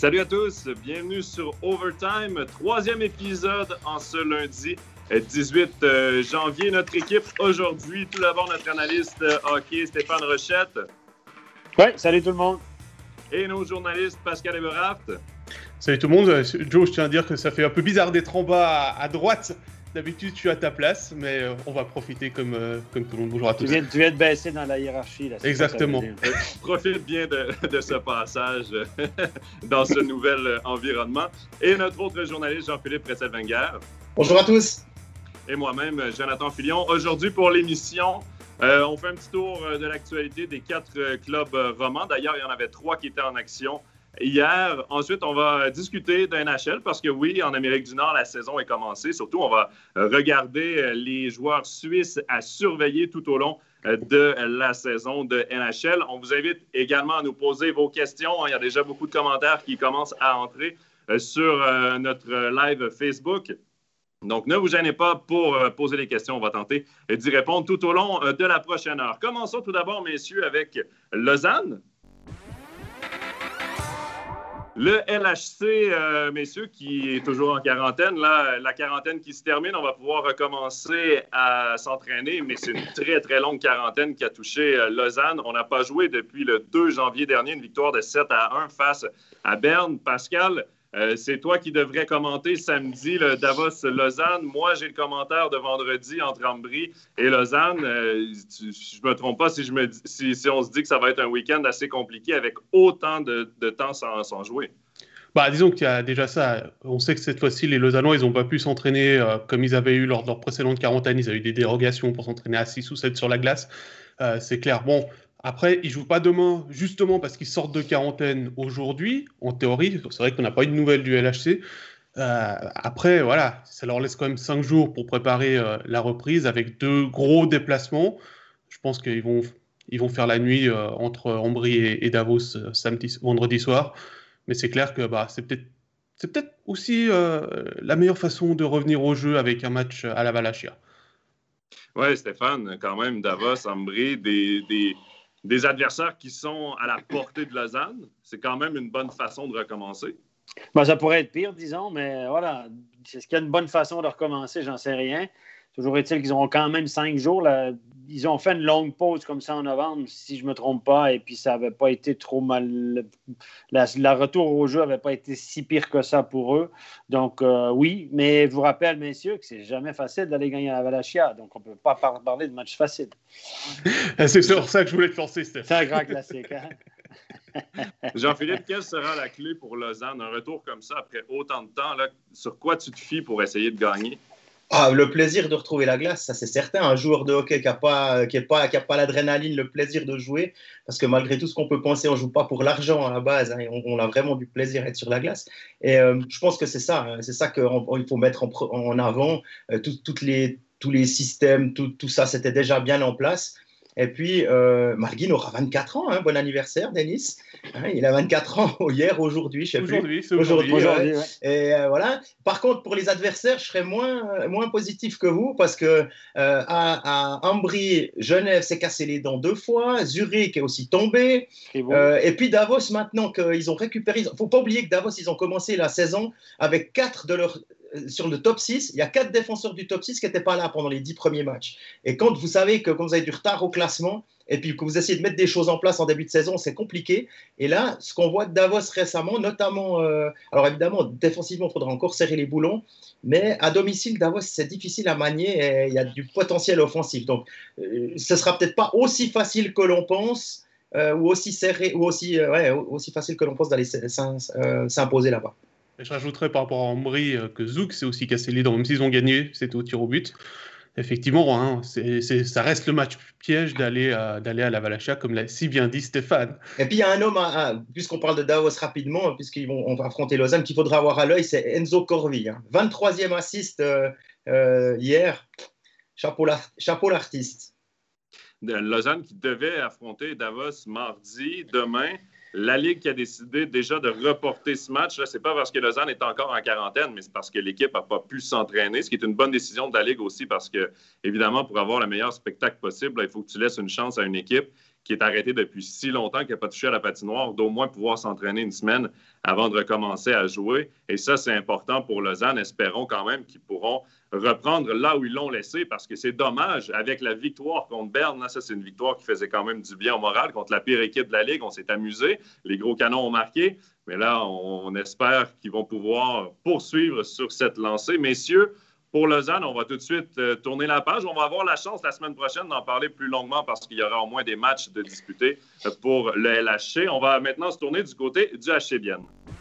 Salut à tous, bienvenue sur Overtime, troisième épisode en ce lundi 18 janvier. Notre équipe aujourd'hui, tout d'abord notre analyste hockey Stéphane Rochette. Oui, salut tout le monde. Et nos journalistes Pascal Eberhardt. Salut tout le monde. Joe, je tiens à dire que ça fait un peu bizarre d'être en bas à droite. D'habitude, tu es à ta place, mais on va profiter comme tout le monde. Bonjour à tous. Tu viens de baisser dans la hiérarchie. Là, exactement. Profite bien de ce passage dans ce nouvel environnement. Et notre autre journaliste, Jean-Philippe Pressel-Wenger. Bonjour à tous. Et moi-même, Jonathan Filion. Aujourd'hui, pour l'émission, on fait un petit tour de l'actualité des 4 clubs romans. D'ailleurs, il y en avait 3 qui étaient en action hier. Ensuite, on va discuter d'un NHL parce que oui, en Amérique du Nord, la saison est commencée. Surtout, on va regarder les joueurs suisses à surveiller tout au long de la saison de NHL. On vous invite également à nous poser vos questions. Il y a déjà beaucoup de commentaires qui commencent à entrer sur notre live Facebook. Donc, ne vous gênez pas pour poser les questions. On va tenter d'y répondre tout au long de la prochaine heure. Commençons tout d'abord, messieurs, avec Lausanne. Le LHC, messieurs, qui est toujours en quarantaine, là, la quarantaine qui se termine, on va pouvoir recommencer à s'entraîner, mais c'est une très, très longue quarantaine qui a touché Lausanne. On n'a pas joué depuis le 2 janvier dernier, une victoire de 7-1 face à Berne. Pascal, c'est toi qui devrais commenter samedi le Davos-Lausanne. Moi, j'ai le commentaire de vendredi entre Ambry et Lausanne. Je ne me trompe pas si on se dit que ça va être un week-end assez compliqué avec autant de temps sans jouer. Disons qu'il y a déjà ça. On sait que cette fois-ci, les Lausannois, ils n'ont pas pu s'entraîner comme ils avaient eu lors de leur précédente quarantaine. Ils avaient eu des dérogations pour s'entraîner à 6 ou 7 sur la glace. C'est clair. Bon, après, ils ne jouent pas demain, justement parce qu'ils sortent de quarantaine aujourd'hui. En théorie, c'est vrai qu'on n'a pas eu de nouvelles du LHC. Après, voilà, ça leur laisse quand même 5 jours pour préparer la reprise avec 2 gros déplacements. Je pense qu'ils vont faire la nuit entre Ambry et Davos vendredi soir. Mais c'est clair que c'est peut-être aussi la meilleure façon de revenir au jeu avec un match à la Valachia. Oui, Stéphane, quand même, Davos, Ambry, des adversaires qui sont à la portée de Lausanne. C'est quand même une bonne façon de recommencer. Ça pourrait être pire, disons, mais voilà. Est-ce qu'il y a une bonne façon de recommencer? J'en sais rien. Toujours est-il qu'ils auront quand même 5 jours. Là. Ils ont fait une longue pause comme ça en novembre, si je ne me trompe pas, et puis ça n'avait pas été trop mal. La retour au jeu n'avait pas été si pire que ça pour eux. Donc, oui, mais je vous rappelle, messieurs, que c'est jamais facile d'aller gagner à la Valachia. Donc, on ne peut pas parler de match facile. C'est sur ça que je voulais te lancer, Steph. C'est un grand classique, hein? Jean-Philippe, quelle sera la clé pour Lausanne? Un retour comme ça après autant de temps, là, sur quoi tu te fies pour essayer de gagner? Le plaisir de retrouver la glace, ça c'est certain. Un joueur de hockey qui n'a pas l'adrénaline, le plaisir de jouer, parce que malgré tout ce qu'on peut penser, on ne joue pas pour l'argent à la base, hein, on a vraiment du plaisir à être sur la glace. Et je pense que c'est ça qu'il faut mettre en avant. Tous les systèmes, tout ça, c'était déjà bien en place. Et puis, Malguin aura 24 ans, hein, bon anniversaire, Denis. Hein, il a 24 ans hier, aujourd'hui, je ne sais plus. Aujourd'hui. Ouais. Et voilà. Par contre, pour les adversaires, je serais moins positif que vous parce que à Ambry, Genève s'est cassé les dents 2 fois, Zurich est aussi tombé. Et puis Davos, maintenant qu'ils ont récupéré, il ne faut pas oublier que Davos, ils ont commencé la saison avec 4 de leurs... Sur le top 6, il y a 4 défenseurs du top 6 qui n'étaient pas là pendant les 10 premiers matchs. Et quand vous savez que quand vous avez du retard au classement et puis que vous essayez de mettre des choses en place en début de saison, c'est compliqué. Et là, ce qu'on voit de Davos récemment, notamment, alors évidemment, défensivement, il faudra encore serrer les boulons, mais à domicile, Davos, c'est difficile à manier et il y a du potentiel offensif. Donc, ce ne sera peut-être pas aussi facile que l'on pense ou aussi serré, ou aussi facile que l'on pense d'aller s'imposer là-bas. Et je rajouterais par rapport à Ambry que Zouk s'est aussi cassé les dents, même s'ils ont gagné, c'était au tir au but. Effectivement, hein, ça reste le match piège d'aller à la Valachia, comme l'a si bien dit Stéphane. Et puis il y a un homme, puisqu'on parle de Davos rapidement, on va affronter Lausanne, qu'il faudra avoir à l'œil, c'est Enzo Corvi. Hein. 23e assist hier. Chapeau l'artiste. Lausanne qui devait affronter Davos mardi, demain. La Ligue qui a décidé déjà de reporter ce match, ce n'est pas parce que Lausanne est encore en quarantaine, mais c'est parce que l'équipe n'a pas pu s'entraîner, ce qui est une bonne décision de la Ligue aussi parce que, évidemment, pour avoir le meilleur spectacle possible, il faut que tu laisses une chance à une équipe qui est arrêté depuis si longtemps, qui n'a pas touché à la patinoire, d'au moins pouvoir s'entraîner une semaine avant de recommencer à jouer. Et ça, c'est important pour Lausanne. Espérons quand même qu'ils pourront reprendre là où ils l'ont laissé, parce que c'est dommage, avec la victoire contre Berne, là, ça c'est une victoire qui faisait quand même du bien au moral, contre la pire équipe de la Ligue, on s'est amusé, les gros canons ont marqué, mais là, on espère qu'ils vont pouvoir poursuivre sur cette lancée. Messieurs, pour Lausanne, on va tout de suite tourner la page. On va avoir la chance la semaine prochaine d'en parler plus longuement parce qu'il y aura au moins des matchs de disputer pour le LHC. On va maintenant se tourner du côté du HC Bienne.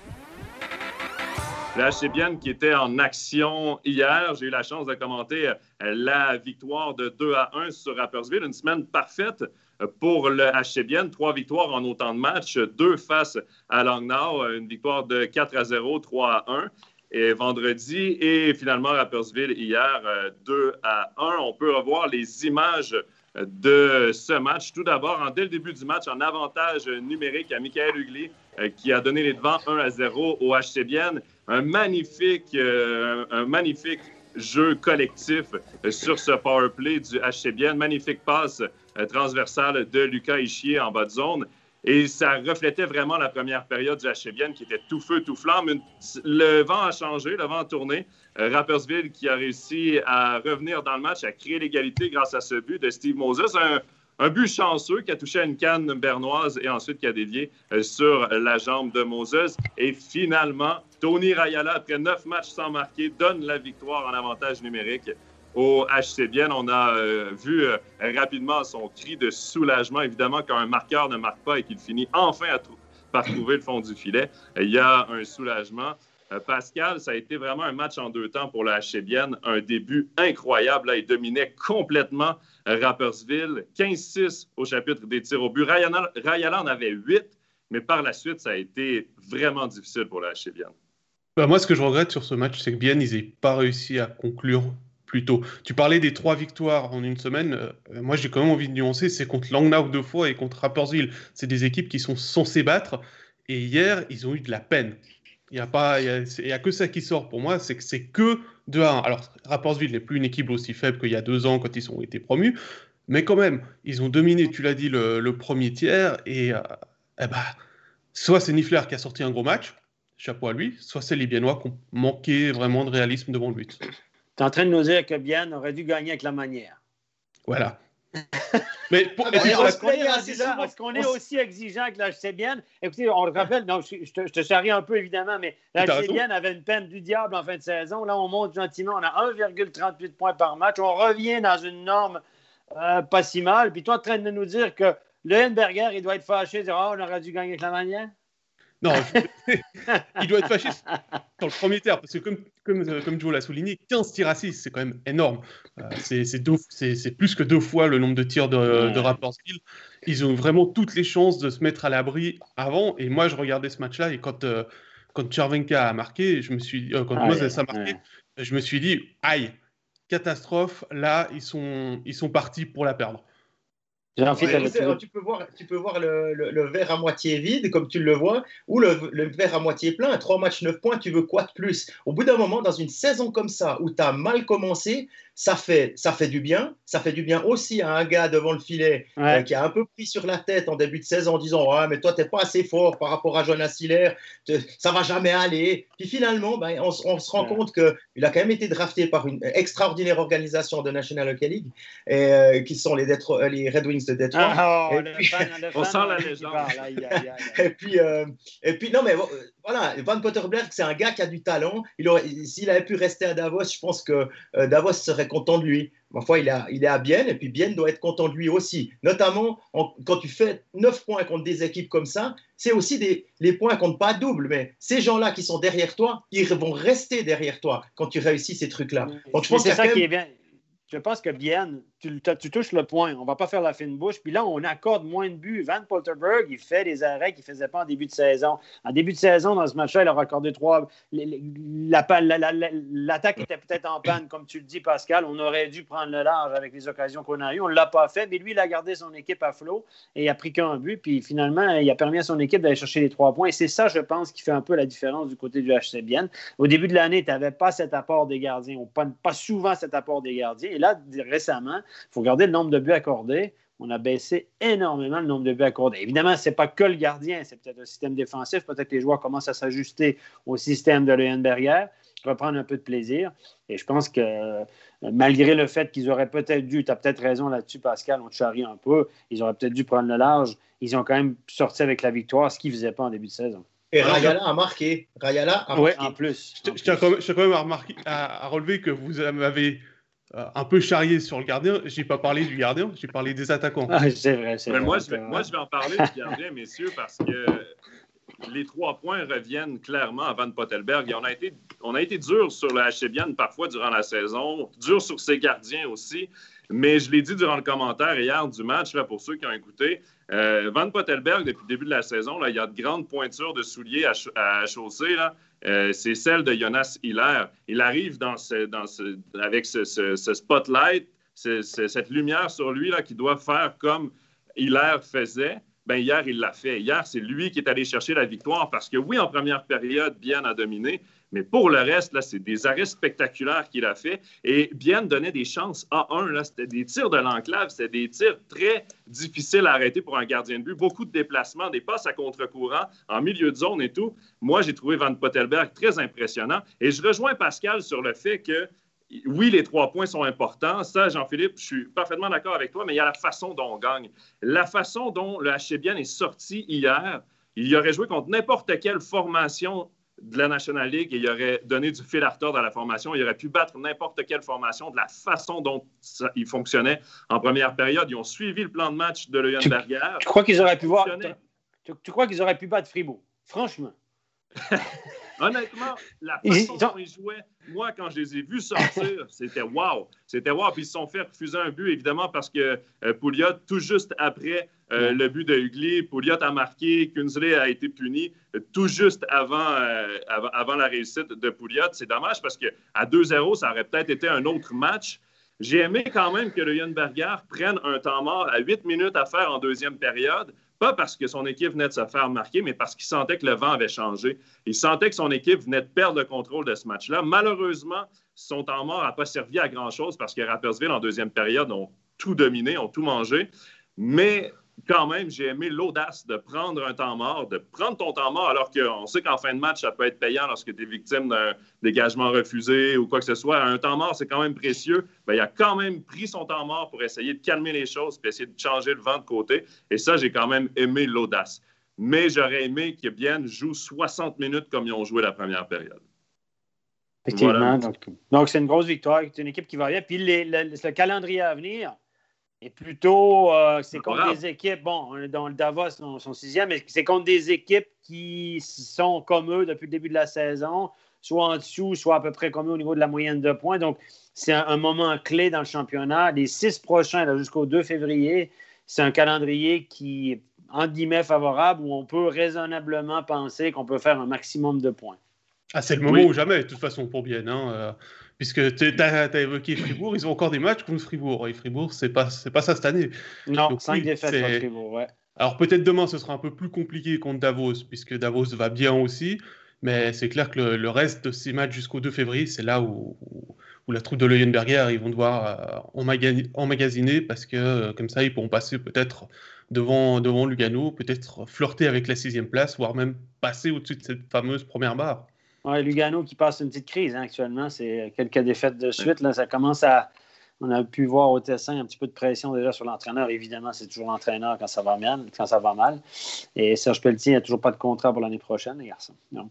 Le HC Bienne qui était en action hier. J'ai eu la chance de commenter la victoire de 2-1 sur Rapperswil. Une semaine parfaite pour le HC Bienne. 3 victoires en autant de matchs. 2 face à Langnau. Une victoire de 4-0, 3-1. Et vendredi, et finalement Rapperswil hier, 2-1. On peut revoir les images de ce match. Tout d'abord, dès le début du match, en avantage numérique à Michael Hugli, qui a donné les devants 1-0 au HC Bienne. Un magnifique jeu collectif sur ce power play du HC Bienne. Magnifique passe transversale de Lucas Ischier en bas de zone. Et ça reflétait vraiment la première période du HC Bienne qui était tout feu, tout flamme. Le vent a changé, le vent a tourné. Rapperswil qui a réussi à revenir dans le match, à créer l'égalité grâce à ce but de Steve Moses. Un but chanceux qui a touché à une canne bernoise et ensuite qui a dévié sur la jambe de Moses. Et finalement, Tony Rayala, après 9 matchs sans marquer, donne la victoire en avantage numérique au HC Bienne. On a vu rapidement son cri de soulagement. Évidemment, quand un marqueur ne marque pas et qu'il finit enfin par trouver le fond du filet, il y a un soulagement. Pascal, ça a été vraiment un match en 2 temps pour le HC Bienne. Un début incroyable. Là, il dominait complètement Rapperswil. 15-6 au chapitre des tirs au but. Rayala en avait 8, mais par la suite, ça a été vraiment difficile pour le HC Bienne. Moi, ce que je regrette sur ce match, c'est que Bienne, ils n'aient pas réussi à conclure plus tôt. Tu parlais des 3 victoires en une semaine. Moi, j'ai quand même envie de nuancer. C'est contre Langnau 2 fois et contre Rapperswil. C'est des équipes qui sont censées battre. Et hier, ils ont eu de la peine. Il y a que ça qui sort pour moi, c'est que c'est que 2-1. Alors, Rapperswil n'est plus une équipe aussi faible qu'il y a 2 ans quand ils ont été promus, mais quand même, ils ont dominé, tu l'as dit, le premier tiers, et soit c'est Niffler qui a sorti un gros match, chapeau à lui, soit c'est les Biennois qui ont manqué vraiment de réalisme devant le but. Tu es en train de nous dire que Bienne aurait dû gagner avec la manière. Voilà. Mais est-ce qu'on est aussi exigeant que l'HC Bienne? Écoutez, on le rappelle, non, je te charrie un peu évidemment, mais l'HC Bienne avait une peine du diable en fin de saison. Là, on monte gentiment, on a 1,38 points par match. On revient dans une norme pas si mal. Puis toi, en train de nous dire que le Henberger, il doit être fâché, dire on aurait dû gagner avec la manière? Non, il doit être fâché sur le premier tiers, parce que comme Joe l'a souligné, 15 tirs à 6, c'est quand même énorme. C'est plus que 2 fois le nombre de tirs de Rapperswil. Ils ont vraiment toutes les chances de se mettre à l'abri avant. Et moi, je regardais ce match-là, et quand Chervenka a marqué, quand Moses a marqué, je me suis dit, aïe, catastrophe, là, ils sont partis pour la perdre. Tu peux voir le verre à moitié vide, comme tu le vois, ou le verre à moitié plein. 3 matchs, 9 points, tu veux quoi de plus? Au bout d'un moment, dans une saison comme ça, où tu as mal commencé, ça fait du bien. Ça fait du bien aussi à un gars devant le filet qui a un peu pris sur la tête en début de saison en disant « mais toi, tu n'es pas assez fort par rapport à Jonas Hiller, ça ne va jamais aller. » Puis finalement, on se rend compte qu'il a quand même été drafté par une extraordinaire organisation de National Hockey League, qui sont les Red Wings de Détroit. On sent la légende. Et puis, non, mais voilà, Van Potterberg, c'est un gars qui a du talent. S'il avait pu rester à Davos, je pense que Davos serait content de lui. Parfois, il est à Bienne, et puis Bienne doit être content de lui aussi. Notamment, quand tu fais 9 points contre des équipes comme ça, c'est aussi les points comptent pas double, mais ces gens-là qui sont derrière toi, ils vont rester derrière toi quand tu réussis ces trucs-là. Donc, je pense que c'est ça qui est bien. Je pense que Bienne, tu touches le point. On ne va pas faire la fine bouche. Puis là, on accorde moins de buts. Van Potterberg, il fait des arrêts qu'il ne faisait pas en début de saison. En début de saison, dans ce match-là, il a accordé 3. L'attaque était peut-être en panne, comme tu le dis, Pascal. On aurait dû prendre le large avec les occasions qu'on a eues. On ne l'a pas fait. Mais lui, il a gardé son équipe à flot et il a pris qu'un but. Puis finalement, il a permis à son équipe d'aller chercher les 3 points. Et c'est ça, je pense, qui fait un peu la différence du côté du HC Bienne. Au début de l'année, tu n'avais pas cet apport des gardiens. Pas souvent cet apport des gardiens. Et là, récemment, il faut regarder le nombre de buts accordés. on a baissé énormément le nombre de buts accordés. Évidemment, ce n'est pas que le gardien, c'est peut-être un système défensif. Peut-être que les joueurs commencent à s'ajuster au système de Leuenberger, reprendre un peu de plaisir. Et je pense que malgré le fait qu'ils auraient peut-être dû, tu as peut-être raison là-dessus, Pascal, on te charrie un peu, ils auraient peut-être dû prendre le large. Ils ont quand même sorti avec la victoire, ce qu'ils ne faisaient pas en début de saison. Et Rayala a marqué. Oui, en plus. Je tiens quand même à relever que vous m'avez un peu charrié sur le gardien. Je n'ai pas parlé du gardien, j'ai parlé des attaquants. Ah, c'est vrai. Moi, je vais en parler du gardien, messieurs, parce que les 3 points reviennent clairement à Van Pottelberg. Et on a été dur sur le Hachebian parfois durant la saison, dur sur ses gardiens aussi. Mais je l'ai dit durant le commentaire hier du match, là, pour ceux qui ont écouté, Van Pottelberg, depuis le début de la saison, là, il y a de grandes pointures de souliers à chausser. Là. C'est celle de Jonas Hiller. Il arrive avec ce spotlight, cette lumière sur lui là, qui doit faire comme Hiller faisait. Ben hier, il l'a fait. Hier, c'est lui qui est allé chercher la victoire parce que oui, en première période, Bien a dominé, mais pour le reste, là, c'est des arrêts spectaculaires qu'il a fait. Et Bien donnait des chances à 1. Là, c'était des tirs de l'enclave, c'était des tirs très difficiles à arrêter pour un gardien de but. Beaucoup de déplacements, des passes à contre-courant, en milieu de zone et tout. Moi, j'ai trouvé Van Pottelberg très impressionnant. Et je rejoins Pascal sur le fait que oui, les 3 points sont importants. Ça, Jean-Philippe, je suis parfaitement d'accord avec toi, mais il y a la façon dont on gagne. La façon dont le Hachebian est sorti hier, il aurait joué contre n'importe quelle formation de la National League et il aurait donné du fil à retordre à la formation. Il aurait pu battre n'importe quelle formation de la façon dont il fonctionnait en première période. Ils ont suivi le plan de match de Leuenberger. Tu crois qu'ils auraient pu tu crois qu'ils auraient pu battre Fribourg? Franchement. Honnêtement, la façon dont ils jouaient, moi, quand je les ai vus sortir, c'était wow. C'était wow. Puis ils se sont fait refuser un but, évidemment, parce que Pouliot, tout juste après le but de Hugli, Pouliot a marqué, Kunzle a été puni tout juste avant la réussite de Pouliot. C'est dommage parce qu'à 2-0, ça aurait peut-être été un autre match. J'ai aimé quand même que Leuenberger prenne un temps mort à 8 minutes à faire en deuxième période. Pas parce que son équipe venait de se faire marquer, mais parce qu'il sentait que le vent avait changé. Il sentait que son équipe venait de perdre le contrôle de ce match-là. Malheureusement, son temps mort n'a pas servi à grand-chose parce que Rapperswil, en deuxième période, ont tout dominé, ont tout mangé. Mais quand même, j'ai aimé l'audace de prendre un temps mort, de prendre ton temps mort, alors qu'on sait qu'en fin de match, ça peut être payant lorsque tu es victime d'un dégagement refusé ou quoi que ce soit. Un temps mort, c'est quand même précieux. Il a quand même pris son temps mort pour essayer de calmer les choses et essayer de changer le vent de côté. Et ça, j'ai quand même aimé l'audace. Mais j'aurais aimé que Bien joue 60 minutes comme ils ont joué la première période. Effectivement. Voilà. Donc, c'est une grosse victoire. C'est une équipe qui va bien. Puis, le calendrier à venir est plutôt... c'est contre des équipes... Bon, dans le Davos, son 6e, mais c'est contre des équipes qui sont comme eux depuis le début de la saison, soit en dessous, soit à peu près comme eux au niveau de la moyenne de points. Donc, c'est un moment clé dans le championnat. Les 6 prochains, là, jusqu'au 2 février, c'est un calendrier qui est, entre guillemets, favorable, où on peut raisonnablement penser qu'on peut faire un maximum de points. Ah, c'est le moment ou jamais, de toute façon, pour Bien. Puisque tu as évoqué Fribourg, ils ont encore des matchs contre Fribourg. Et Fribourg, c'est pas ça cette année. Non, donc, 5 défaites contre Fribourg, ouais. Alors peut-être demain, ce sera un peu plus compliqué contre Davos, puisque Davos va bien aussi. Mais c'est clair que le reste de ces matchs jusqu'au 2 février, c'est là où la troupe de Leuenberger, ils vont devoir emmagasiner, parce que comme ça, ils pourront passer peut-être devant Lugano, peut-être flirter avec la 6e place, voire même passer au-dessus de cette fameuse première barre. Ouais, Lugano qui passe une petite crise actuellement. C'est quelques défaites de suite. Là, ça commence à... On a pu voir au Tessin un petit peu de pression déjà sur l'entraîneur. Évidemment, c'est toujours l'entraîneur quand ça va mal. Et Serge Pelletier n'a toujours pas de contrat pour l'année prochaine, les garçons. Donc,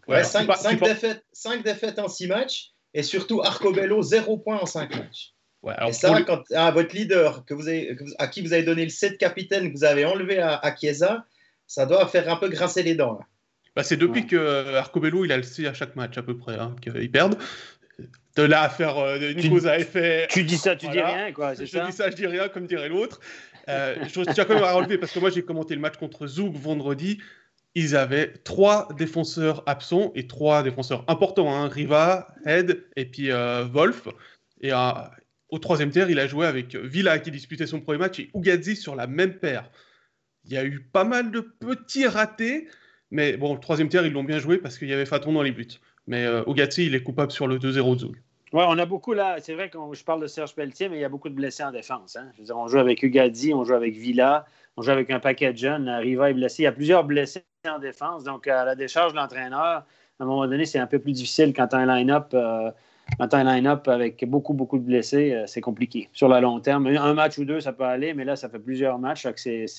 5 défaites en 6 matchs. Et surtout, Arcobello, 0 points en 5 matchs. Ouais, alors et ça, quand votre leader, à qui vous avez donné le set capitaine que vous avez enlevé à Chiesa, ça doit faire un peu grincer les dents, là. C'est depuis que Arcobello, il a le C à chaque match à peu près, qu'ils perdent. De là à faire Nicolas avait fait... Tu dis ça, tu dis rien, quoi, c'est ça? Je dis ça, je dis rien, comme dirait l'autre. Je tiens quand même à relever, parce que moi, j'ai commenté le match contre Zug vendredi. Ils avaient 3 défenseurs absents et 3 défenseurs importants. Riva, Head et puis Wolf. Et au 3e tiers, il a joué avec Villa qui disputait son premier match et Ugadzi sur la même paire. Il y a eu pas mal de petits ratés. Mais bon, le 3e tiers, ils l'ont bien joué parce qu'il y avait Faton dans les buts. Mais Ugadzi, il est coupable sur le 2-0 de Zug. Oui, on a beaucoup là. C'est vrai que je parle de Serge Pelletier, mais il y a beaucoup de blessés en défense. Hein. Je veux dire, on joue avec Ugadi, on joue avec Villa, on joue avec un paquet de jeunes. Riva est blessé. Il y a plusieurs blessés en défense. Donc, à la décharge de l'entraîneur, à un moment donné, c'est un peu plus difficile quand tu as un line-up. Avec beaucoup, beaucoup de blessés, c'est compliqué. Sur le long terme, un match ou deux, ça peut aller, mais là, ça fait plusieurs matchs. Donc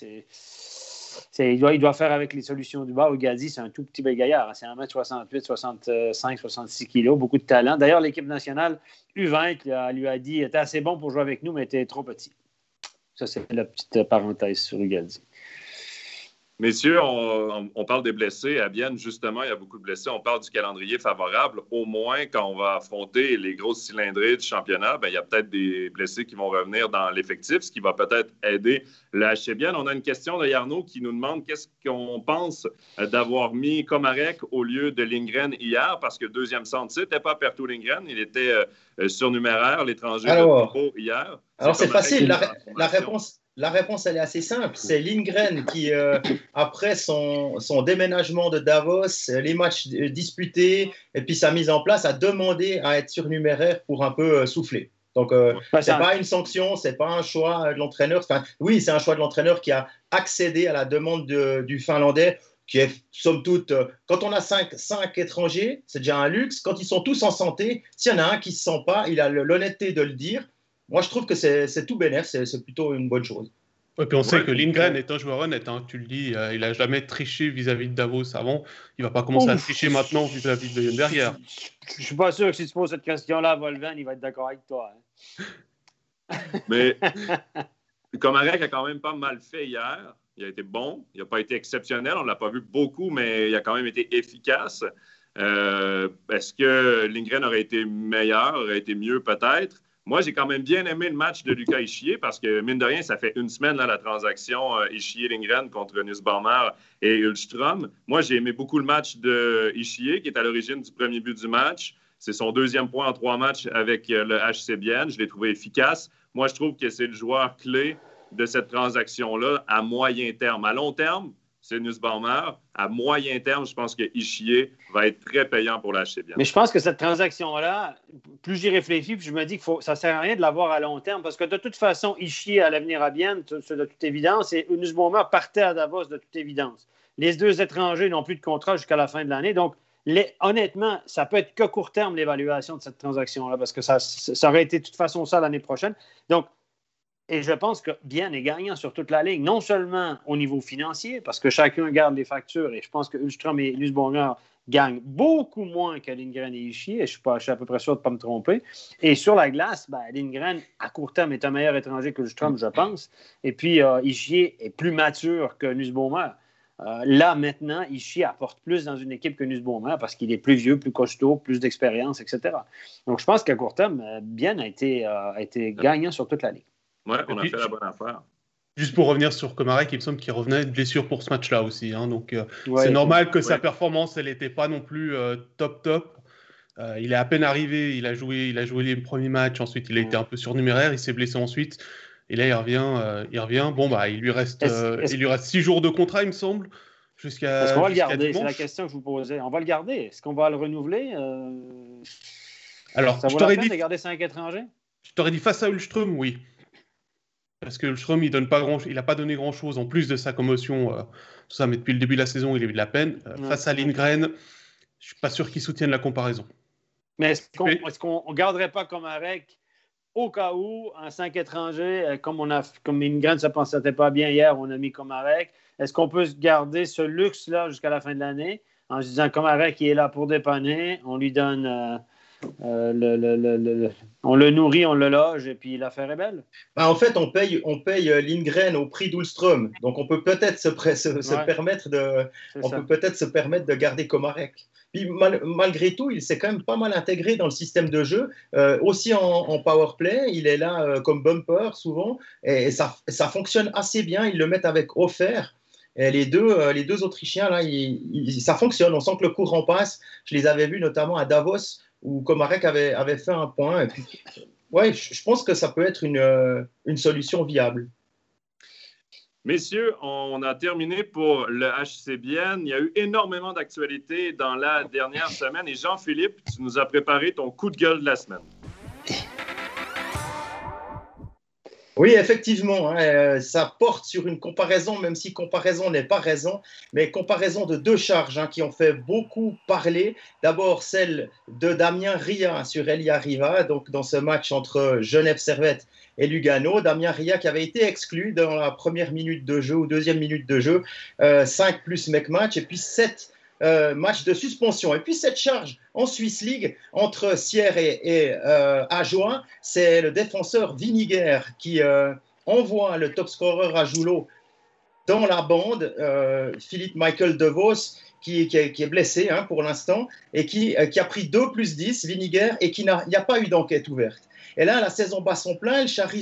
il doit faire avec les solutions du bas. Ugadi, c'est un tout petit bégaillard. Hein. C'est 1m68, 65, 66 kilos, beaucoup de talent. D'ailleurs, l'équipe nationale U20 lui a dit était assez bon pour jouer avec nous, mais était trop petit. Ça, c'est la petite parenthèse sur Ugadi. Messieurs, on parle des blessés. À Bienne, justement, il y a beaucoup de blessés. On parle du calendrier favorable. Au moins, quand on va affronter les grosses cylindrées du championnat, il y a peut-être des blessés qui vont revenir dans l'effectif, ce qui va peut-être aider le HC Bienne. On a une question de Yarno qui nous demande qu'est-ce qu'on pense d'avoir mis Komarek au lieu de Lindgren hier, parce que le deuxième centre, c'était pas Pertu Lindgren, il était surnuméraire, l'étranger de Pau hier. Alors, c'est facile. La réponse, elle est assez simple. C'est Lindgren qui, après son déménagement de Davos, les matchs disputés et puis sa mise en place, a demandé à être surnuméraire pour un peu souffler. Donc, c'est pas une sanction, c'est pas un choix de l'entraîneur. Enfin, oui, c'est un choix de l'entraîneur qui a accédé à la demande du Finlandais, qui est, somme toute, quand on a 5 étrangers, c'est déjà un luxe. Quand ils sont tous en santé, s'il y en a un qui ne se sent pas, il a l'honnêteté de le dire. Moi, je trouve que c'est tout bénef, c'est plutôt une bonne chose. Oui, puis on sait que Lindgren est un joueur honnête, hein, tu le dis, il n'a jamais triché vis-à-vis de Davos avant, il ne va pas commencer à tricher maintenant vis-à-vis de derrière. Je ne suis pas sûr que si tu poses cette question-là à Volven, il va être d'accord avec toi. Hein. Mais Komarek a quand même pas mal fait hier. Il a été bon, il n'a pas été exceptionnel, on ne l'a pas vu beaucoup, mais il a quand même été efficace. Est-ce que Lindgren aurait été meilleur, aurait été mieux peut-être? Moi, j'ai quand même bien aimé le match de Lucas Hischier parce que, mine de rien, ça fait une semaine, là, la transaction Hischier-Lindgren contre Nussbaumer et Ulström. Moi, j'ai aimé beaucoup le match de Hischier, qui est à l'origine du premier but du match. C'est son deuxième point en 3 matchs avec le HC Bienne. Je l'ai trouvé efficace. Moi, je trouve que c'est le joueur clé de cette transaction-là à moyen terme. À long terme, c'est Nussbaumer. À moyen terme, je pense que Hischier va être très payant pour l'HC Bienne. Mais je pense que cette transaction-là, plus j'y réfléchis, plus je me dis que ça ne sert à rien de l'avoir à long terme parce que de toute façon, Hischier à l'avenir à Bienne, de toute évidence, et Nussbaumer partait à Davos de toute évidence. Les 2 étrangers n'ont plus de contrat jusqu'à la fin de l'année. Donc, honnêtement, ça peut être que court terme l'évaluation de cette transaction-là parce que ça aurait été de toute façon ça l'année prochaine. Donc, et je pense que Bienne est gagnant sur toute la ligne, non seulement au niveau financier, parce que chacun garde les factures, et je pense que Ulström et Nussbaumer gagnent beaucoup moins que Lindgren et Hischier, et je suis à peu près sûr de ne pas me tromper. Et sur la glace, Lindgren, à court terme, est un meilleur étranger que Ulström, je pense. Et puis, Hischier est plus mature que Nussbaumer. Là, maintenant, Hischier apporte plus dans une équipe que Nussbaumer parce qu'il est plus vieux, plus costaud, plus d'expérience, etc. Donc, je pense qu'à court terme, Bienne a été gagnant sur toute la ligne. Oui, on a fait la bonne affaire. Juste pour revenir sur Komarek, il me semble qu'il revenait de blessure pour ce match-là aussi. Hein, donc, c'est normal que sa performance, elle n'était pas non plus top. Il est à peine arrivé, il a joué les premiers matchs, ensuite il a été un peu surnuméraire, il s'est blessé ensuite. Et là, il revient. Bon, il lui reste 6 jours de contrat, il me semble. Est-ce qu'on va le garder? C'est la question que je vous posais. On va le garder. Est-ce qu'on va le renouveler? Alors, ça vaut la peine de garder 5 étrangers? Je t'aurais dit face à Ulström, oui. Parce que Ulström, il n'a pas donné grand-chose en plus de sa commotion, tout ça, mais depuis le début de la saison, il a eu de la peine. Face à Lindgren, je ne suis pas sûr qu'il soutienne la comparaison. Mais est-ce qu'on ne garderait pas Komarek au cas où, un 5 étrangers, comme Lindgren ne se pensait pas bien hier, on a mis Komarek. Est-ce qu'on peut se garder ce luxe-là jusqu'à la fin de l'année en se disant Komarek, il est là pour dépanner, on lui donne... on le nourrit, on le loge et puis l'affaire est belle. En fait, on paye Lindgren au prix d'Ulström, donc on peut peut-être se permettre de garder Komarek. Puis malgré tout, il s'est quand même pas mal intégré dans le système de jeu, aussi en power play. Il est là comme bumper souvent et ça fonctionne assez bien. Ils le mettent avec Hofer. Et les deux Autrichiens là, ça fonctionne. On sent que le courant passe. Je les avais vus notamment à Davos, où Komarek avait fait un point. Et puis, je pense que ça peut être une solution viable. Messieurs, on a terminé pour le HC Bienne. Il y a eu énormément d'actualités dans la dernière semaine. Et Jean-Philippe, tu nous as préparé ton coup de gueule de la semaine. Oui, effectivement, hein, ça porte sur une comparaison, même si comparaison n'est pas raison, mais comparaison de deux charges qui ont fait beaucoup parler. D'abord, celle de Damien Ria sur Elia Riva, donc dans ce match entre Genève Servette et Lugano. Damien Ria qui avait été exclu dans la première minute de jeu ou deuxième minute de jeu, 5 plus mec match, et puis 7 match de suspension. Et puis cette charge en Swiss League entre Sierre et Ajoin, c'est le défenseur Winiger qui envoie le top scorer à Joulot dans la bande, Philippe Michael De Vos, qui est blessé pour l'instant, et qui a pris 2+10, Winiger, et il n'y a pas eu d'enquête ouverte. Et là, la saison bat son plein, elle charrie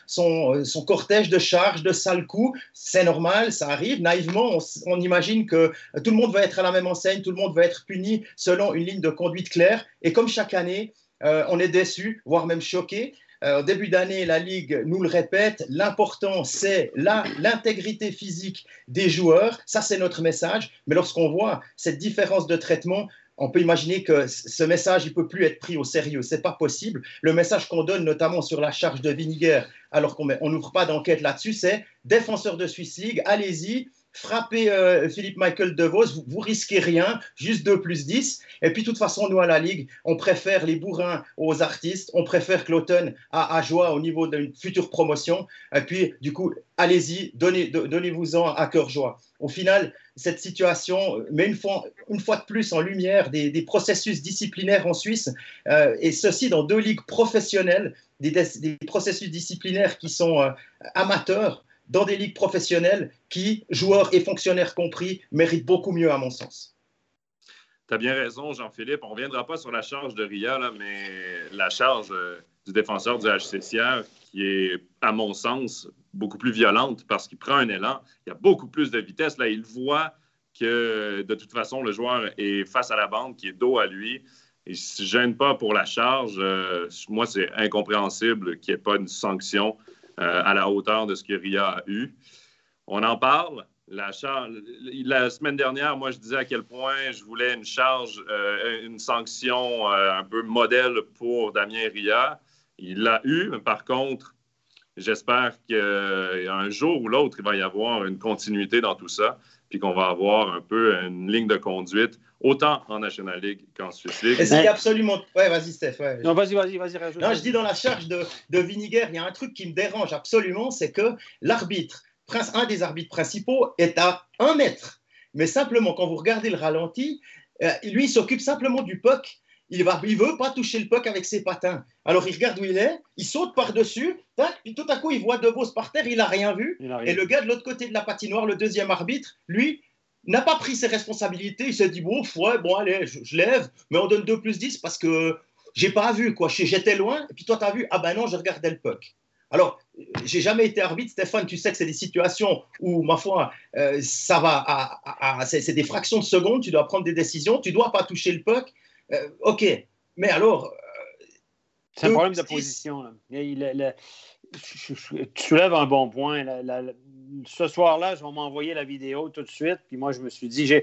son cortège de charges, de sales coups. C'est normal, ça arrive. Naïvement, on imagine que tout le monde va être à la même enseigne, tout le monde va être puni selon une ligne de conduite claire. Et comme chaque année, on est déçu, voire même choqué. Au début d'année, la Ligue nous le répète, l'important, c'est l'intégrité physique des joueurs. Ça, c'est notre message. Mais lorsqu'on voit cette différence de traitement, on peut imaginer que ce message, il ne peut plus être pris au sérieux. Ce n'est pas possible. Le message qu'on donne, notamment sur la charge de Winiger, alors qu'on n'ouvre pas d'enquête là-dessus, c'est défenseur de Swiss League, allez-y, frappez Philippe Michael De Vos, vous risquez rien, juste 2+10. Et puis, de toute façon, nous, à la Ligue, on préfère les bourrins aux artistes, on préfère Cloton à Joie au niveau d'une future promotion. Et puis, du coup, allez-y, donnez-vous-en à cœur joie. Au final, cette situation met une fois de plus en lumière des processus disciplinaires en Suisse, et ceci dans 2 ligues professionnelles, des processus disciplinaires qui sont amateurs, dans des ligues professionnelles qui, joueurs et fonctionnaires compris, méritent beaucoup mieux à mon sens. Tu as bien raison, Jean-Philippe. On ne reviendra pas sur la charge de Ria, là, mais la charge du défenseur du HC Sierre, qui est, à mon sens, beaucoup plus violente parce qu'il prend un élan. Il y a beaucoup plus de vitesse. Là, il voit que, de toute façon, le joueur est face à la bande, qui est dos à lui. Il ne se gêne pas pour la charge. Moi, c'est incompréhensible qu'il n'y ait pas une sanction à la hauteur de ce que Ria a eu. On en parle. La semaine dernière, moi, je disais à quel point je voulais une charge, une sanction un peu modèle pour Damien Ria. Il l'a eu, mais par contre, j'espère qu'un jour ou l'autre, il va y avoir une continuité dans tout ça, puis qu'on va avoir un peu une ligne de conduite, autant en National League qu'en Swiss League. Est-ce qu'il y a absolument... Ouais, vas-y, Steph. Ouais. Non, vas-y, rajoute. Non, je dis dans la charge de Winiger, il y a un truc qui me dérange absolument, c'est que l'arbitre, un des arbitres principaux, est à 1 mètre. Mais simplement, quand vous regardez le ralenti, lui, il s'occupe simplement du puck. Il ne veut pas toucher le puck avec ses patins. Alors, il regarde où il est, il saute par-dessus, puis tout à coup, il voit De Vos par terre, il n'a rien vu. Et le gars de l'autre côté de la patinoire, le deuxième arbitre, lui, n'a pas pris ses responsabilités. Il s'est dit, bon, allez, je lève, mais on donne 2+10 parce que je n'ai pas vu, quoi. J'étais loin, et puis toi, tu as vu, ah ben non, je regardais le puck. Alors, j'ai jamais été arbitre, Stéphane, tu sais que c'est des situations où, ma foi, ça va c'est des fractions de secondes, tu dois prendre des décisions, tu ne dois pas toucher le puck. OK, mais alors... c'est un problème de position. Là. Tu soulèves un bon point. Ce soir-là, je vais m'envoyer la vidéo tout de suite. Puis moi, je me suis dit,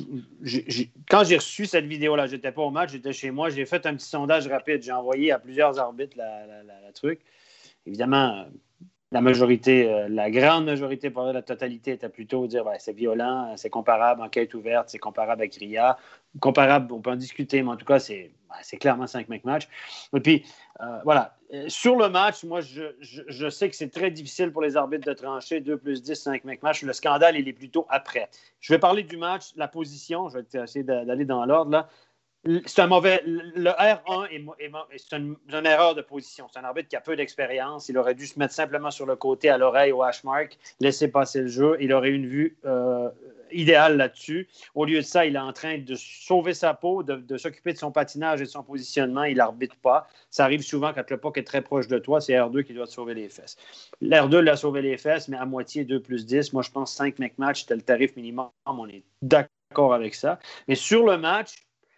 quand j'ai reçu cette vidéo-là, je n'étais pas au match, j'étais chez moi, j'ai fait un petit sondage rapide. J'ai envoyé à plusieurs arbitres la truc. Évidemment, la grande majorité, pour la totalité, était plutôt dire c'est violent, c'est comparable, enquête ouverte, c'est comparable avec RIA. Comparable, on peut en discuter, mais en tout cas, c'est clairement 5 mecs match. Et puis, voilà. Sur le match, moi, je sais que c'est très difficile pour les arbitres de trancher 2+10, 5 mecs match. Le scandale, il est plutôt après. Je vais parler du match, la position. Je vais essayer d'aller dans l'ordre, là. C'est un mauvais. Le R1 c'est une erreur de position. C'est un arbitre qui a peu d'expérience. Il aurait dû se mettre simplement sur le côté à l'oreille au hash mark, laisser passer le jeu. Il aurait eu une vue idéale là-dessus. Au lieu de ça, il est en train de sauver sa peau, de s'occuper de son patinage et de son positionnement. Il n'arbitre pas. Ça arrive souvent quand le puck est très proche de toi. C'est R2 qui doit te sauver les fesses. L'R2 l'a sauvé les fesses, mais à moitié 2+10. Moi, je pense 5 mecs match, c'était le tarif minimum. On est d'accord avec ça. Mais sur le match,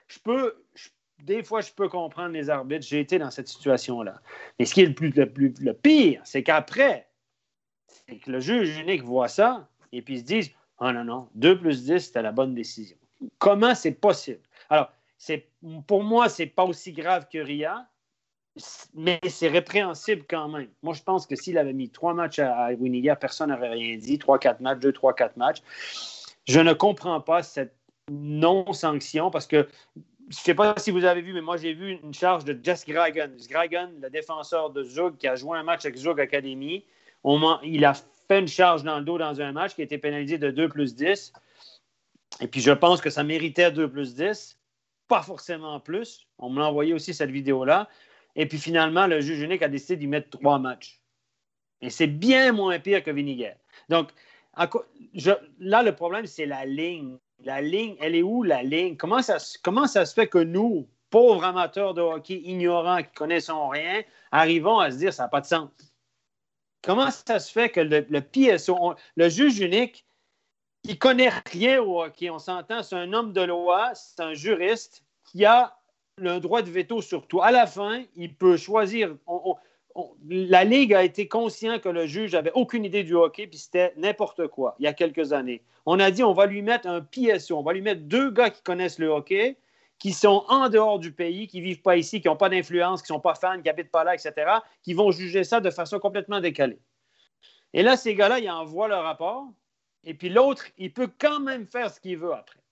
des fois, je peux comprendre les arbitres. J'ai été dans cette situation-là. Mais ce qui est le pire, c'est qu'après, c'est que le juge unique voit ça et puis ils se disent « Ah non, 2+10, c'était la bonne décision. » Comment c'est possible? Alors, pour moi, c'est pas aussi grave que RIA. Mais c'est répréhensible quand même. Moi, je pense que s'il avait mis 3 matchs à Winiger, personne n'aurait rien dit. 3-4 matchs, 2-3-4 matchs. Je ne comprends pas cette non-sanction parce que je ne sais pas si vous avez vu, mais moi, j'ai vu une charge de Jess Gragan. Gragan, le défenseur de Zug, qui a joué un match avec Zug Academy. Il a fait une charge dans le dos dans un match qui a été pénalisé de 2+10. Et puis, je pense que ça méritait 2+10. Pas forcément plus. On me l'a envoyé aussi, cette vidéo-là. Et puis, finalement, le juge unique a décidé d'y mettre 3 matchs. Et c'est bien moins pire que Winiger. Donc, là, le problème, c'est la ligne. La ligne, elle est où, la ligne? Comment ça se fait que nous, pauvres amateurs de hockey ignorants qui ne connaissons rien, arrivons à se dire ça n'a pas de sens? Comment ça se fait que le PSO, le juge unique, qui ne connaît rien au hockey, on s'entend, c'est un homme de loi, c'est un juriste qui a le droit de veto sur tout. À la fin, il peut choisir. La Ligue a été consciente que le juge n'avait aucune idée du hockey, puis c'était n'importe quoi, il y a quelques années. On a dit, on va lui mettre un PSO, on va lui mettre 2 gars qui connaissent le hockey, qui sont en dehors du pays, qui ne vivent pas ici, qui n'ont pas d'influence, qui ne sont pas fans, qui n'habitent pas là, etc., qui vont juger ça de façon complètement décalée. Et là, ces gars-là, ils envoient leur rapport, et puis l'autre, il peut quand même faire ce qu'il veut après.